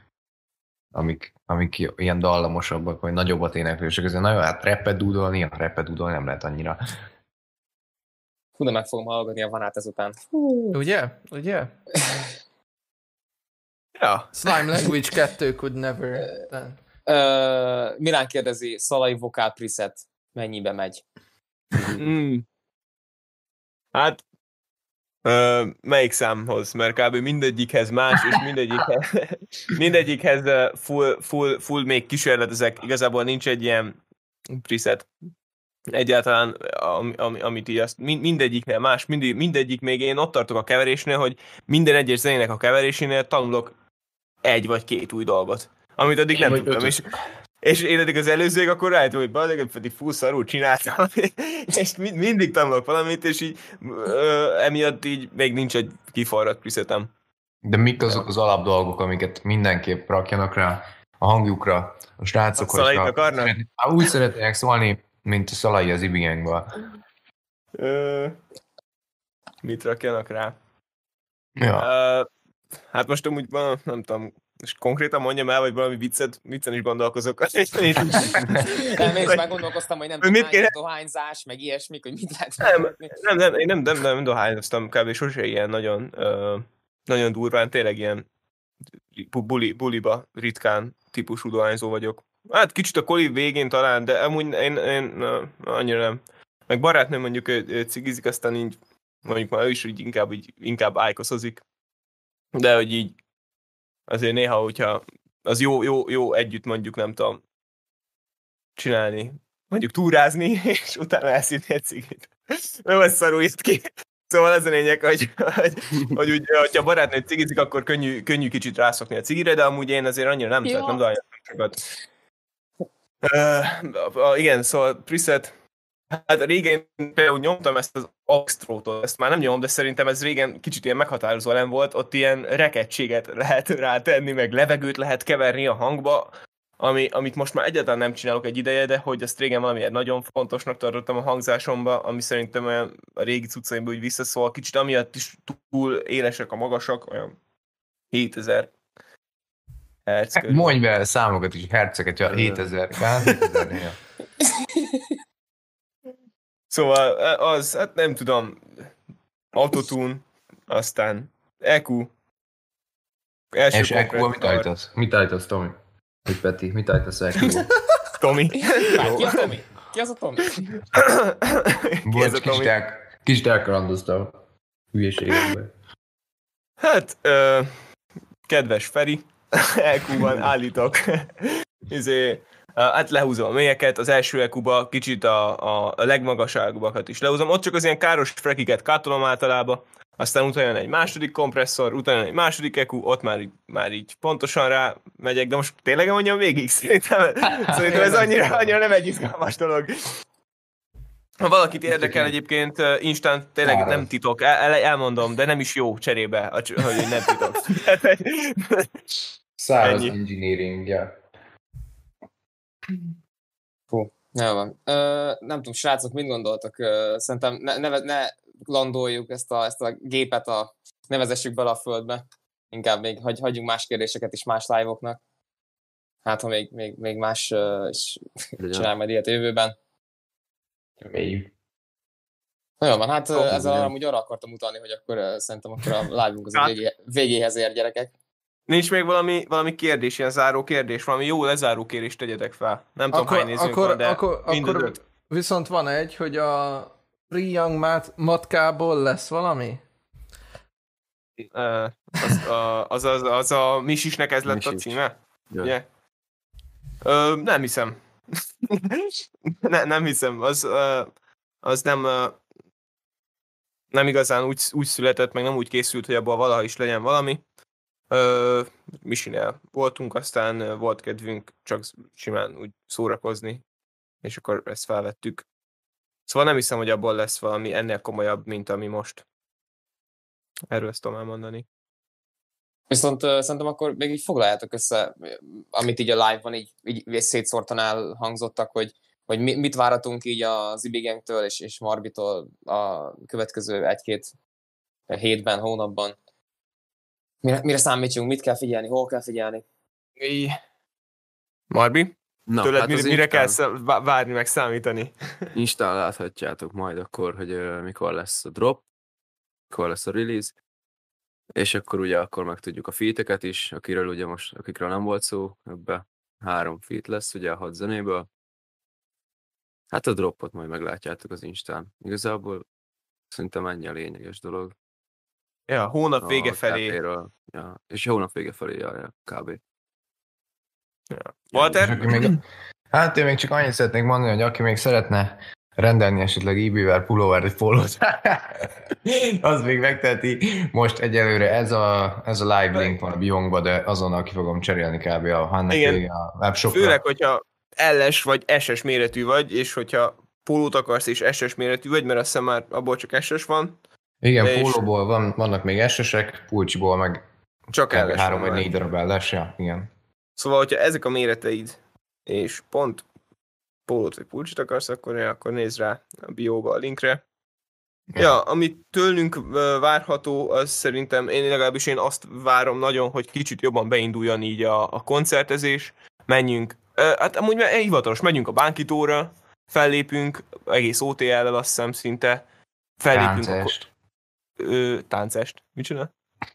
Amik ilyen dallamosabbak, vagy nagyobbat éneklősök, azért nagyon hát rappet dúdolni nem lehet annyira. De meg fogom hallgatni a Vanát ezután. Ugye? Ja. Slime Language 2 could never... Milán kérdezi, Szalai vokál preset mennyibe megy? Hát melyik számhoz? Mert kb. Mindegyikhez más, és mindegyikhez full még kísérletezek. Igazából nincs egy ilyen preset. Egyáltalán, amit így azt, mindegyiknél más, mindegyik még én ott tartok a keverésnél, hogy minden egyes zenének a keverésénél tanulok 1 vagy 2 új dolgot, amit addig nem tudtam. És én eddig az előzők, akkor rájöttem, hogy bazdmeg, pedig full szarul csináltam, és mindig tanulok valamit, és így emiatt így még nincs egy kiforrott presetem. De mik azok az alapdolgok, amiket mindenképp rakjanak rá, a hangjukra, a srácok, Szalait akarnak? úgy szeretnének szólni, mint a Szalai az Ibigengben. Mit rakjanak rá? Ja. Hát most amúgy nem tudom, és konkrétan mondjam el, vagy valami viccen is gondolkozok. Nem, én is meggondolkoztam, hogy nem Mit tudom, kéne? dohányzás, meg ilyesmik, hogy mit lehet Én nem dohányoztam, kb. Sose ilyen nagyon durván, tényleg ilyen buliba ritkán típusú dohányzó vagyok. Hát kicsit a koli végén talán, de amúgy én annyira nem. Meg barátnőm mondjuk ő cigizik, aztán így mondjuk már ő is így inkább ájkoszozik. De hogy így azért néha, hogyha az jó együtt mondjuk nem tudom csinálni, mondjuk túrázni, és utána elszívni egy cigit. Nem ez szarul jött ki. Szóval ez a lényeg, hogy úgy, hogyha barátnő cigizik, akkor könnyű kicsit rászokni a cigire, de amúgy én azért annyira nem szeretem dohányoztam sokat. Igen, szóval preset. Hát régen például nyomtam ezt az Axtrótot, ezt már nem nyomom, de szerintem ez régen kicsit ilyen meghatározó elem volt, ott ilyen rekedtséget lehet rátenni, meg levegőt lehet keverni a hangba, amit most már egyáltalán nem csinálok egy ideje, de hogy ezt régen valamiért nagyon fontosnak tartottam a hangzásomba, ami szerintem olyan a régi cuccaimból úgy visszaszól, kicsit amiatt is túl élesek a magasak, olyan 7000 hertz körül. Mondj be számokat is, herceket, 7000, 7000-nél. Szóval az, hát nem tudom, autotune, aztán EQ, első És EQ-ból mit állítasz? Mit állítasz, Tomi? Vagy Peti, mit állítasz EQ-ból? Tomi. Ki az Tomi? Ki az a Tomi? Bocs, kicsit elkalandoztam hülyeségekbe. Hát, kedves Feri, EQ-ban állítok. Hát lehúzom a mélyeket, az első EQ-ba kicsit a legmagasábbakat is lehúzom, ott csak az ilyen káros frekiket katolom általában, aztán utána jön egy második kompresszor, utána egy második EQ, ott már így pontosan rá megyek, de most tényleg mondjam végig, szerintem ez annyira nem egy izgalmas dolog. Ha valakit érdekel egyébként, instant tényleg nem titok, elmondom, de nem is jó cserébe, hogy nem titok. Száraz engineering, ja. Fú, jó van. Nem tudom, srácok, mit gondoltak? Szerintem ne landoljuk ezt a gépet, ne vezessük bele a földbe. Inkább még hagyjunk más kérdéseket is más live-oknak. Hát, ha még más is csinál majd ilyet jövőben. Reméljük. Na jó van, hát ezzel amúgy arra akartam utalni, hogy akkor szerintem akkor a live-unk az végéhez ér, gyerekek. Nincs még valami kérdés, ilyen záró kérdés, valami jó lezáró kérdést tegyetek fel. Nem tudom, hány nézőnk van, de akkor viszont van egy, hogy a Free Young matkából lesz valami? Az a Misisnek ez lett a címe? Ja. Yeah. Nem hiszem. Nem hiszem. Az nem igazán úgy született, meg nem úgy készült, hogy abból valaha is legyen valami. Misinél voltunk, aztán volt kedvünk csak simán úgy szórakozni, és akkor ezt felvettük. Szóval nem hiszem, hogy abból lesz valami ennél komolyabb, mint ami most. Erről ezt tudom elmondani. Viszont szerintem akkor még így foglaljátok össze, amit így a live-ban így szétszórtan elhangzottak, hogy mit várhatunk így az Ibigengtől és Marbitól a következő 1-2 hétben, hónapban. Mire számítsunk, mit kell figyelni, hol kell figyelni? Marbi? Na, tőled hát mire kell várni, meg számítani? Instán láthatjátok majd akkor, hogy mikor lesz a drop, mikor lesz a release, és akkor ugye akkor megtudjuk a feateket is, akikről nem volt szó, ebbe 3 feat lesz ugye a 6 zenéből. Hát a dropot majd meglátjátok az Instán. Igazából szerintem ennyi a lényeges dolog. Ja, hónap vége felé. Ja, és hónap vége felé, kb. Ja. Walter? Hát én még csak annyit szeretnék mondani, hogy aki még szeretne rendelni esetleg eBay-vel pulóvert egy pólót, az még megteheti. Most egyelőre ez a live link van a biongba, de azonnal ki fogom cserélni kb. A Hannek a webshopra. Főleg, hogyha LS vagy SS méretű vagy, és hogyha pólót akarsz és SS méretű vagy, mert azt hiszem már abból csak SS van. Igen, pólóból vannak még SS-ek, pulcsiból meg csak LS 3 vagy 4 darab LS, ja, igen. Szóval, hogyha ezek a méreteid, és pont pólót vagy pulcsit akarsz, akkor nézd rá a bióba a linkre. Ja, amit tőlünk várható, az szerintem, legalábbis én azt várom nagyon, hogy kicsit jobban beinduljon így a koncertezés. Menjünk, hát amúgy hivatalos, megyünk a Bánkítóra, fellépünk, egész OTL-lel azt hiszem szinte. Fellépünk Táncest. Táncest. Mit csinál?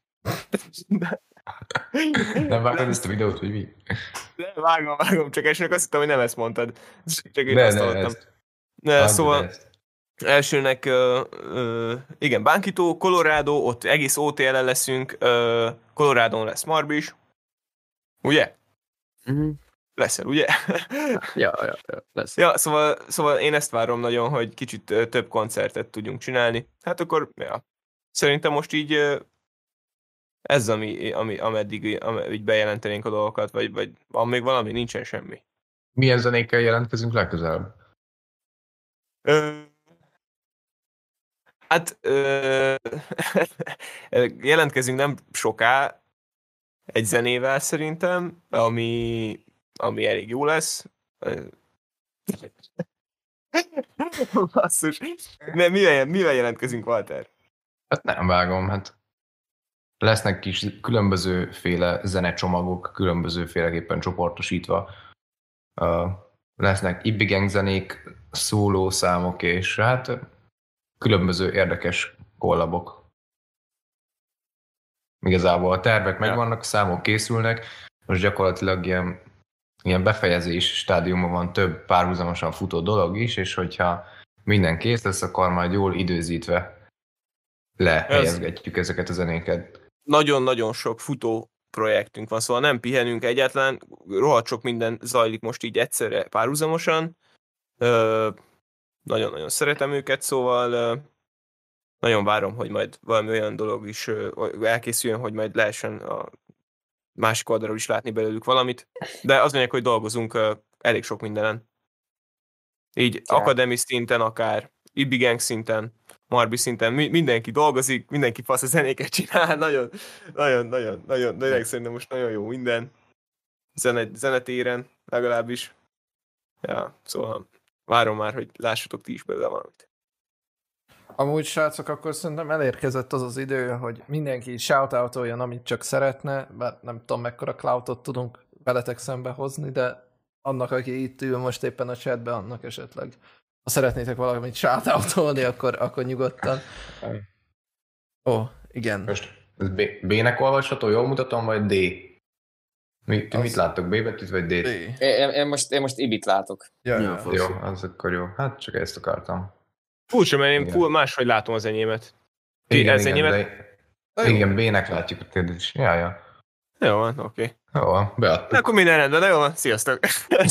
Nem vágod ezt a videót, vagy mi? De vágom, csak elsőnek azt hittem, hogy nem ezt mondtad. Csak én Ne, azt ne, hallottam. ezt. Szóval elsőnek, igen, Bánkító, Colorado, ott egész OTL-en leszünk, Colorado-n lesz Marbi is. Ugye? Leszel, ugye? Ja, lesz. Ja, szóval én ezt várom nagyon, hogy kicsit több koncertet tudjunk csinálni. Hát akkor, ja. Szerintem most így ez, ameddig így bejelentenénk a dolgokat, vagy van még valami? Nincsen semmi. Milyen zenékkel jelentkezünk legközelebb? Hát jelentkezünk nem soká egy zenével szerintem, ami elég jó lesz. Basszus. Mivel jelentkezünk, Walter? Hát nem vágom, hát lesznek kis különbözőféle zenecsomagok, különbözőféleképpen csoportosítva. Lesznek Ibbi Gang zenék, szóló számok, és hát különböző érdekes kollabok. Igazából a tervek megvannak, a számok készülnek, most gyakorlatilag ilyen befejezés stádiumban van több párhuzamosan futó dolog is, és hogyha minden kész lesz, akkor majd jól időzítve lehelyezgetjük ezeket a zenéket. Nagyon-nagyon sok futó projektünk van, szóval nem pihenünk egyáltalán, rohadt sok minden zajlik most így egyszerre párhuzamosan. Nagyon-nagyon szeretem őket, szóval nagyon várom, hogy majd valami olyan dolog is elkészüljön, hogy majd lehessen a másik oldalról is látni belőlük valamit, de az lényeg, hogy dolgozunk elég sok mindenen. Így Academy szinten akár, Ibbi Gang szinten, Marbi szinten, mindenki dolgozik, mindenki fasz a zenéket csinál, nagyon szerintem most nagyon jó minden. Zenetéren legalábbis. Ja, szóval várom már, hogy lássatok ti is belőle valamit. Amúgy, srácok, akkor szerintem elérkezett az az idő, hogy mindenki shoutoutoljon, amit csak szeretne, bár nem tudom, mekkora cloudot tudunk veletek szembe hozni, de annak, aki itt ül most éppen a chatben, annak esetleg, ha szeretnétek valamit shoutoutolni, akkor nyugodtan. Igen. Most ez B-nek olvasható, jól mutatom, vagy D? Mit láttok, B betűt, vagy D-t? Én most Ibit látok. Jó, az akkor jó. Hát csak ezt akartam. Furcsa, mert én máshogy látom az enyémet. Igen, B-nek látjuk a térdét is. Ja. Jó van, oké. Jó van, beadtuk. Akkor minden rendben, jó van, sziasztok.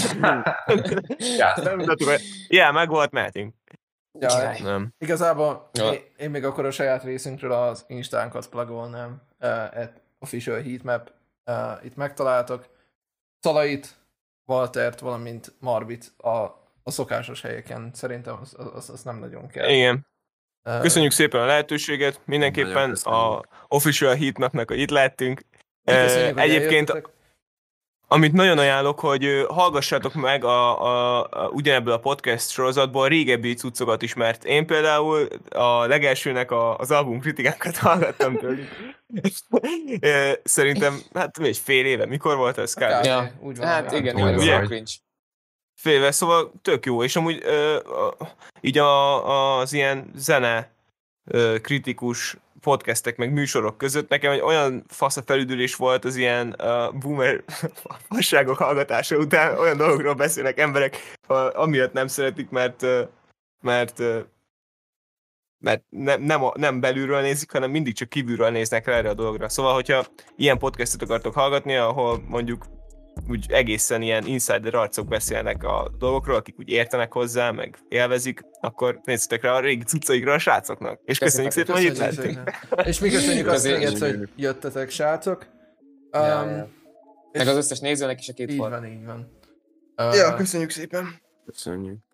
Ja, meg volt, mehetünk. Ja, nem. Igazából én még akkor a saját részünkről az Instánkat plugolnám. Official Heatmap. Itt megtaláltok Szalait, Waltert, valamint Marbit a szokásos helyeken. Szerintem az nem nagyon kell. Igen. Köszönjük szépen a lehetőséget. Mindenképpen a Official Heatmapnek, hogy itt lettünk. Egyébként, amit nagyon ajánlok, hogy hallgassátok meg ugyanebből a podcast sorozatból a régebbi cuccokat is, mert én például a legelsőnek az album kritikákat hallgattam tőlük. Szerintem, hát egy fél éve, mikor volt ez? Ja, úgy van. Hát igen, cringe. Fél éve, szóval tök jó, és amúgy így az ilyen zene kritikus podcastek meg műsorok között nekem egy olyan fasz a felüdülés volt az ilyen boomer fasságok hallgatása után, olyan dolgokról beszélnek emberek, amiatt nem szeretik, mert nem belülről nézik, hanem mindig csak kívülről néznek rá erre a dologra. Szóval, hogyha ilyen podcastot akartok hallgatni, ahol mondjuk úgy egészen ilyen insider arcok beszélnek a dolgokról, akik úgy értenek hozzá, meg élvezik, akkor nézzetek rá a régi cuccaikra a srácoknak. És köszönjük szépen, hogy itt lettünk. És mi köszönjük azt még, hogy jöttetek, srácok. Meg az összes nézőnek is, aki itt volt. Így van. Ja, köszönjük szépen. Köszönjük.